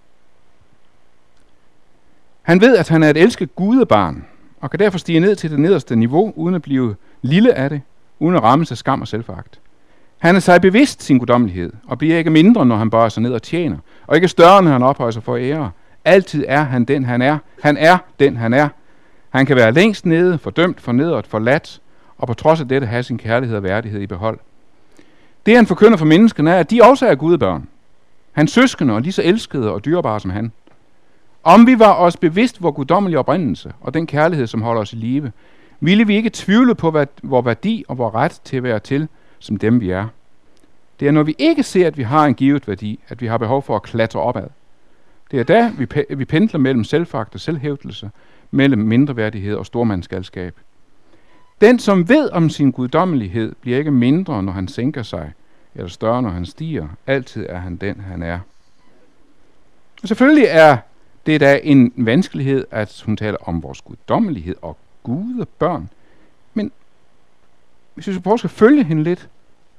Han ved, at han er et elsket gudebarn, og kan derfor stige ned til det nederste niveau, uden at blive lille af det, uden at ramme sig skam og selvforagt. Han er sig bevidst sin guddommelighed, og bliver ikke mindre, når han bøjer sig ned og tjener, og ikke større, når han ophøjer sig for ære. Altid er han den, han er. Han er den, han er. Han kan være længst nede, fordømt, fornedret, forladt, og på trods af dette have sin kærlighed og værdighed i behold. Det han forkynder for menneskene er, at de også er gudebørn. Hans søskende og lige så elskede og dyrebare som han. Om vi var os bevidst vor guddommelige oprindelse og den kærlighed, som holder os i live, ville vi ikke tvivle på hvad, vor værdi og vor ret til at være til, som dem vi er. Det er, når vi ikke ser, at vi har en givet værdi, at vi har behov for at klatre opad. Det er da, vi, pe- vi pendler mellem selvfagt og selvhævdelse, mellem mindreværdighed og stormandsgalskab. Den, som ved om sin guddommelighed, bliver ikke mindre, når han sænker sig, eller større, når han stiger. Altid er han den, han er. Og selvfølgelig er det da en vanskelighed, at hun taler om vores guddommelighed og gudebørn. Men hvis vi så prøver at følge hende lidt.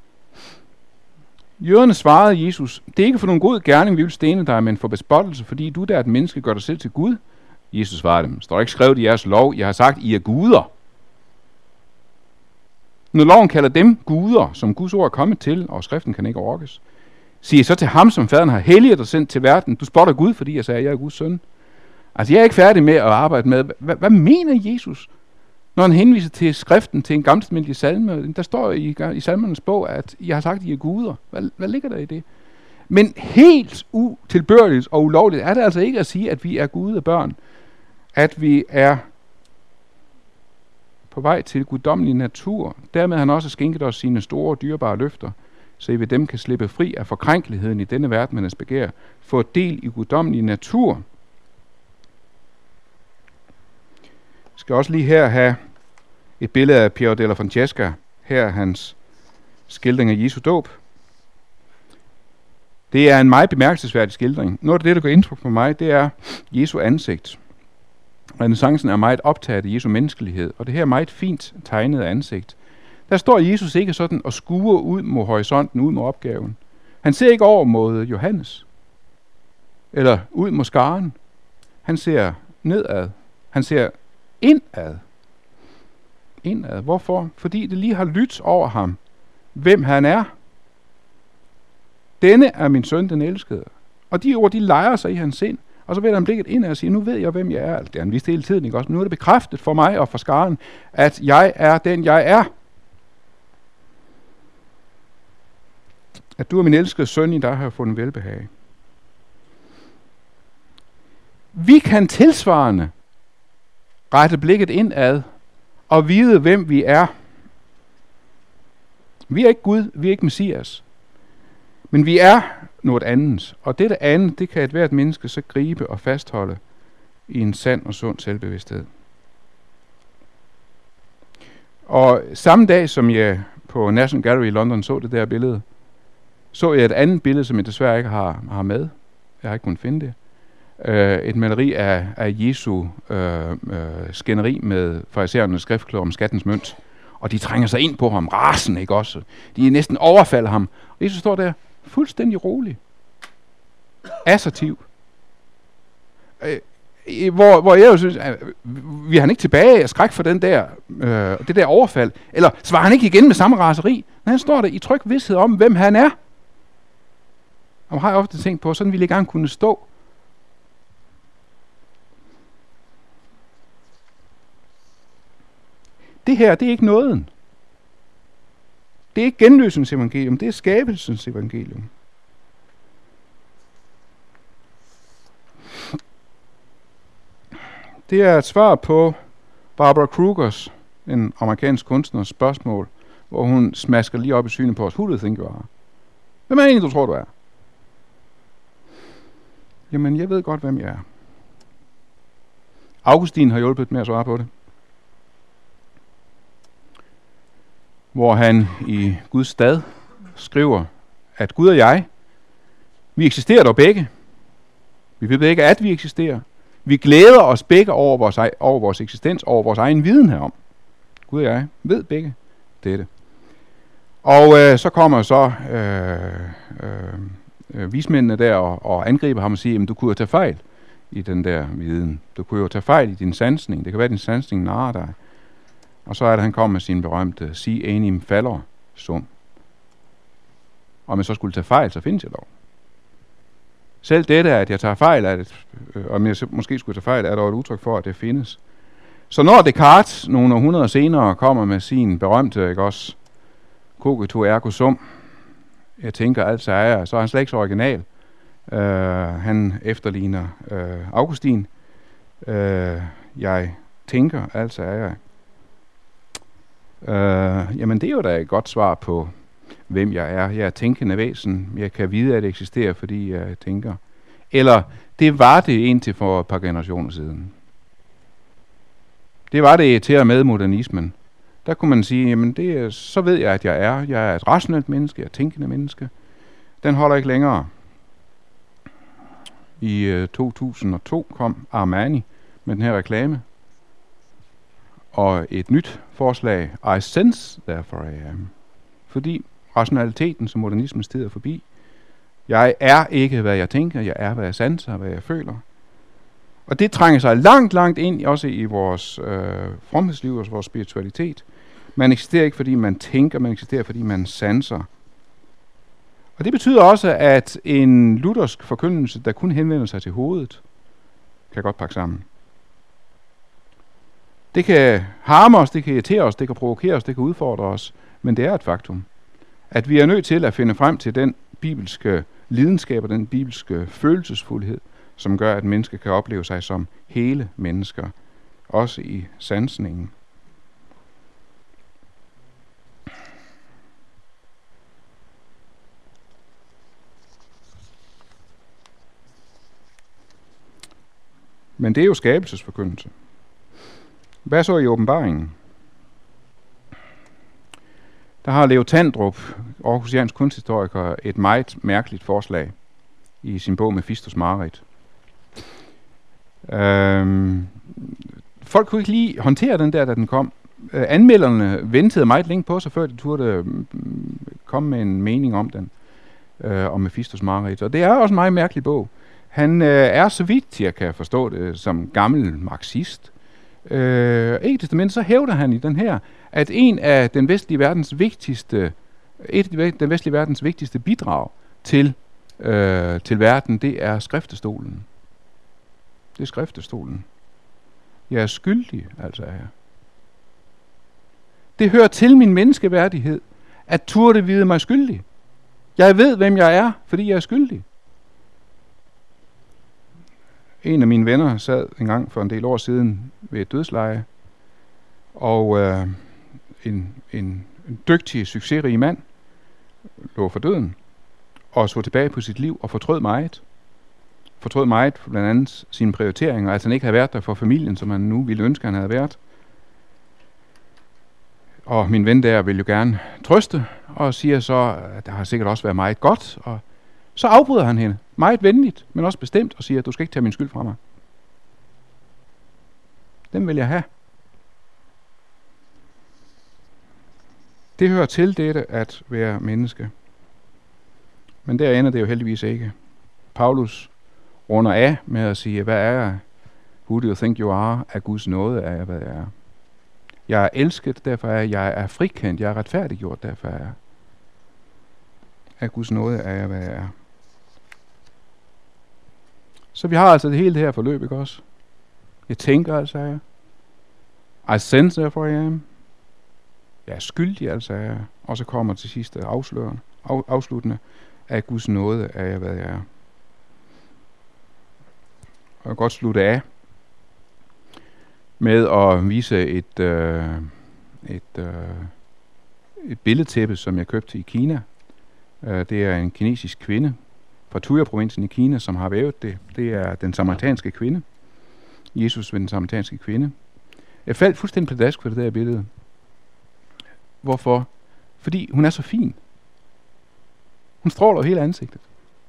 Jøderne svarede Jesus, det er ikke for nogen god gerning, vi vil stene dig, men for bespottelse, fordi du der er et menneske, gør dig selv til Gud. Jesus svarede dem, står ikke skrevet i jeres lov, jeg har sagt, I er guder. Når loven kalder dem guder, som Guds ord er kommet til, og skriften kan ikke orkes, siger så til ham, som faderen har helliget og sendt til verden, du spotter Gud, fordi jeg sagde, jeg er Guds søn. Altså, jeg er ikke færdig med at arbejde med, hvad, hvad mener Jesus, når han henviser til skriften, til en gammeltestamentlig salme? Der står i, i salmernes bog, at jeg har sagt, I er guder. Hvad, hvad ligger der i det? Men helt utilbørligt og ulovligt er det altså ikke at sige, at vi er gudebørn. At vi er på vej til guddommelig natur. Dermed har han også skænket os sine store, dyrebare løfter, så I ved dem kan slippe fri af forkrænkeligheden i denne verdenens begær, få del i guddommelig natur. Jeg skal også lige her have et billede af Piero della Francesca. Her er hans skildring af Jesu dåb. Det er en meget bemærkelsesværdig skildring. Noget af det, der gør indtryk på mig, det er Jesu ansigt. Renæssancen er meget optaget af Jesu menneskelighed, og det her er meget fint tegnet ansigt. Der står Jesus ikke sådan og skuer ud mod horisonten, ud mod opgaven. Han ser ikke over mod Johannes, eller ud mod skaren. Han ser nedad. Han ser indad. Indad. Hvorfor? Fordi det lige har lyttet over ham, hvem han er. Denne er min søn, den elskede. Og de ord, de leger sig i hans sind. Og så vender han blikket ind og siger, nu ved jeg, hvem jeg er. Det har han vist hele tiden, ikke også? Men nu er det bekræftet for mig og for skaren, at jeg er den, jeg er. At du er min elskede søn, i dig har jeg fundet velbehag. Vi kan tilsvarende rette blikket indad og vide, hvem vi er. Vi er ikke Gud, vi er ikke Messias. Men vi er noget andet. Og dette andet, det kan et hvert menneske så gribe og fastholde i en sand og sund selvbevidsthed. Og samme dag, som jeg på National Gallery i London så det der billede, så jeg et andet billede, som jeg desværre ikke har, har med. Jeg har ikke kunnet finde det. Uh, et maleri af, af Jesu uh, uh, skænderi med fariserernes skriftkloge om skattens mønt. Og de trænger sig ind på ham, rasen, ikke også? De næsten overfalder ham. Og Jesus står der fuldstændig rolig. Assertiv. Uh, hvor, hvor jeg jo synes, uh, vi har han ikke tilbage af skræk for den der, uh, det der overfald. Eller svarer han ikke igen med samme raseri? Men han står der i tryg vidsthed om, hvem han er. Og har jeg ofte tænkt på, sådan ville jeg gerne kunne stå. Det her, det er ikke nåden. Det er ikke genløsens evangelium, det er skabelsens evangelium. Det er et svar på Barbara Krugers, en amerikansk kunstners spørgsmål, hvor hun smasker lige op i synet på os. Who do you think you are? Hvem er egentlig, du tror, du er? Jamen, jeg ved godt, hvem jeg er. Augustin har hjulpet med at svare på det. Hvor han i Guds stad skriver, at Gud og jeg, vi eksisterer dog begge. Vi ved begge, at vi eksisterer. Vi glæder os begge over vores, over vores eksistens, over vores egen viden herom. Gud og jeg ved begge dette. Og øh, så kommer så øh, øh, øh, vismændene der og, og angriber ham og siger, at du kunne jo tage fejl i den der viden. Du kunne jo tage fejl i din sansning. Det kan være, at din sansning narrer dig. Og så er det, han kommer med sin berømte si enim faller sum. Og om jeg så skulle tage fejl, så findes jeg dog. Selv dette, at jeg tager fejl, er et, øh, om jeg måske skulle tage fejl, er der et udtryk for, at det findes. Så når Descartes nogle århundreder senere kommer med sin berømte, ikke også, cogito ergo sum, jeg tænker altså er jeg, så er han slet ikke så original. Uh, han efterligner uh, Augustin. Uh, jeg tænker, altså er jeg. Uh, jamen det er jo da et godt svar på, hvem jeg er. Jeg er tænkende væsen. Jeg kan vide, at det eksisterer, fordi jeg tænker. Eller det var det indtil for et par generationer siden. Det var det til og med modernismen. Der kunne man sige, jamen det er, så ved jeg, at jeg er. Jeg er et rationelt menneske, jeg er et tænkende menneske. Den holder ikke længere. I uh, to tusind og to kom Armani med den her reklame. Og et nyt forslag, I sense, therefore I am. Fordi rationaliteten, som modernismen stiger forbi. Jeg er ikke, hvad jeg tænker, jeg er, hvad jeg sanser, hvad jeg føler. Og det trænger sig langt, langt ind, også i vores øh, fromhedsliv og vores spiritualitet. Man eksisterer ikke, fordi man tænker, man eksisterer, fordi man sanser. Og det betyder også, at en luthersk forkyndelse, der kun henvender sig til hovedet, kan godt pakke sammen. Det kan harme os, det kan irritere os, det kan provokere os, det kan udfordre os, men det er et faktum, at vi er nødt til at finde frem til den bibelske lidenskab og den bibelske følelsesfuldhed, som gør, at mennesker kan opleve sig som hele mennesker, også i sansningen. Men det er jo skabelsesforkyndelse. Hvad så i åbenbaringen? Der har Leo Tandrup, aarhusiansk kunsthistoriker, et meget mærkeligt forslag i sin bog Mephistos Mareridt. Øhm, folk kunne ikke lige håndtere den der, da den kom. Øh, anmelderne ventede meget længe på sig, før de turde øh, komme med en mening om den, øh, om Mephistos Mareridt. Og det er også en meget mærkelig bog. Han øh, er, så vidt jeg kan forstå det, som gammel marxist. Øh, ikke desto mindre, så hævder han i den her, at en af den vestlige verdens vigtigste, et af den vestlige verdens vigtigste bidrag til, øh, til verden, det er skriftestolen. Det er skriftestolen. Jeg er skyldig, altså er jeg. Det hører til min menneskeværdighed, at turde vide mig skyldig. Jeg ved, hvem jeg er, fordi jeg er skyldig. En af mine venner sad en gang for en del år siden ved et dødsleje, og øh, en, en en dygtig, succesrig mand, lå for døden, og så tilbage på sit liv og fortrød meget. Fortrød meget for blandt andet sine prioriteringer, altså han ikke havde været der for familien, som han nu ville ønske, han havde været. Og min ven der vil jo gerne trøste, og siger så, at der har sikkert også været meget godt, og så afbryder han hende, meget venligt, men også bestemt, og siger, at du skal ikke tage min skyld fra mig. Den vil jeg have. Det hører til dette at være menneske. Men der ender det jo heldigvis ikke. Paulus runder af med at sige, hvad er jeg? Who do you think you are? Af Guds nåde er jeg, hvad jeg er. Jeg er elsket, derfor er jeg. Jeg er frikendt, jeg er retfærdiggjort, derfor er jeg. Af Guds nåde er jeg, hvad jeg er. Så vi har altså det hele det her forløb, ikke også? Jeg tænker, altså er jeg. I sense, therefore I am. Jeg er skyldig, altså er jeg. Og så kommer til sidst afslørende, af, afsluttende. Af Guds nåde er jeg, hvad jeg er. Og jeg kan godt slutte af med at vise et, øh, et, øh, et billedtæppe, som jeg købte i Kina. Uh, det er en kinesisk kvinde fra Tuya-provinsen i Kina, som har vævet det. Det er den samaritanske kvinde. Jesus ved den samaritanske kvinde. Jeg faldt fuldstændig pladask for det der billede. Hvorfor? Fordi hun er så fin. Hun stråler hele ansigtet.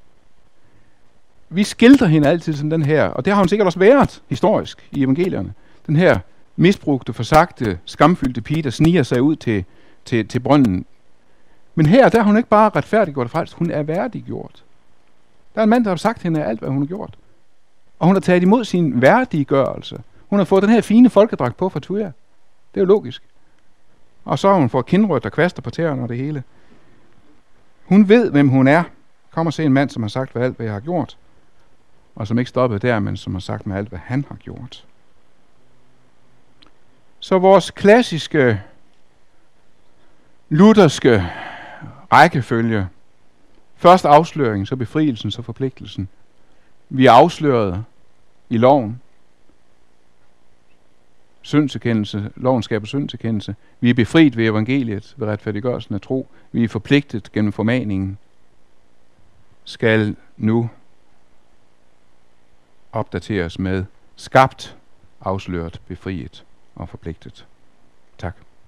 Vi skildrer hende altid som den her, og det har hun sikkert også været historisk i evangelierne. Den her misbrugte, forsagte, skamfyldte pige, der sniger sig ud til, til, til brønden. Men her, der er hun ikke bare retfærdiggjort og frelst, hun er værdiggjort. Der er en mand, der har sagt hende alt, hvad hun har gjort. Og hun har taget imod sin værdiggørelse. Hun har fået den her fine folkedragt på fra Tuya. Det er jo logisk. Og så har hun fået kindrødt og kvaster på tæerne og det hele. Hun ved, hvem hun er. Kom og se en mand, som har sagt hvad alt, hvad jeg har gjort. Og som ikke stoppede der, men som har sagt med alt, hvad han har gjort. Så vores klassiske, lutherske rækkefølge. Først afsløringen, så befrielsen, så forpligtelsen. Vi er afsløret i loven. Syndserkendelse, loven skaber syndserkendelse. Vi er befriet ved evangeliet, ved retfærdiggørelsen af tro. Vi er forpligtet gennem formaningen. Skal nu opdateres med skabt, afsløret, befriet og forpligtet. Tak.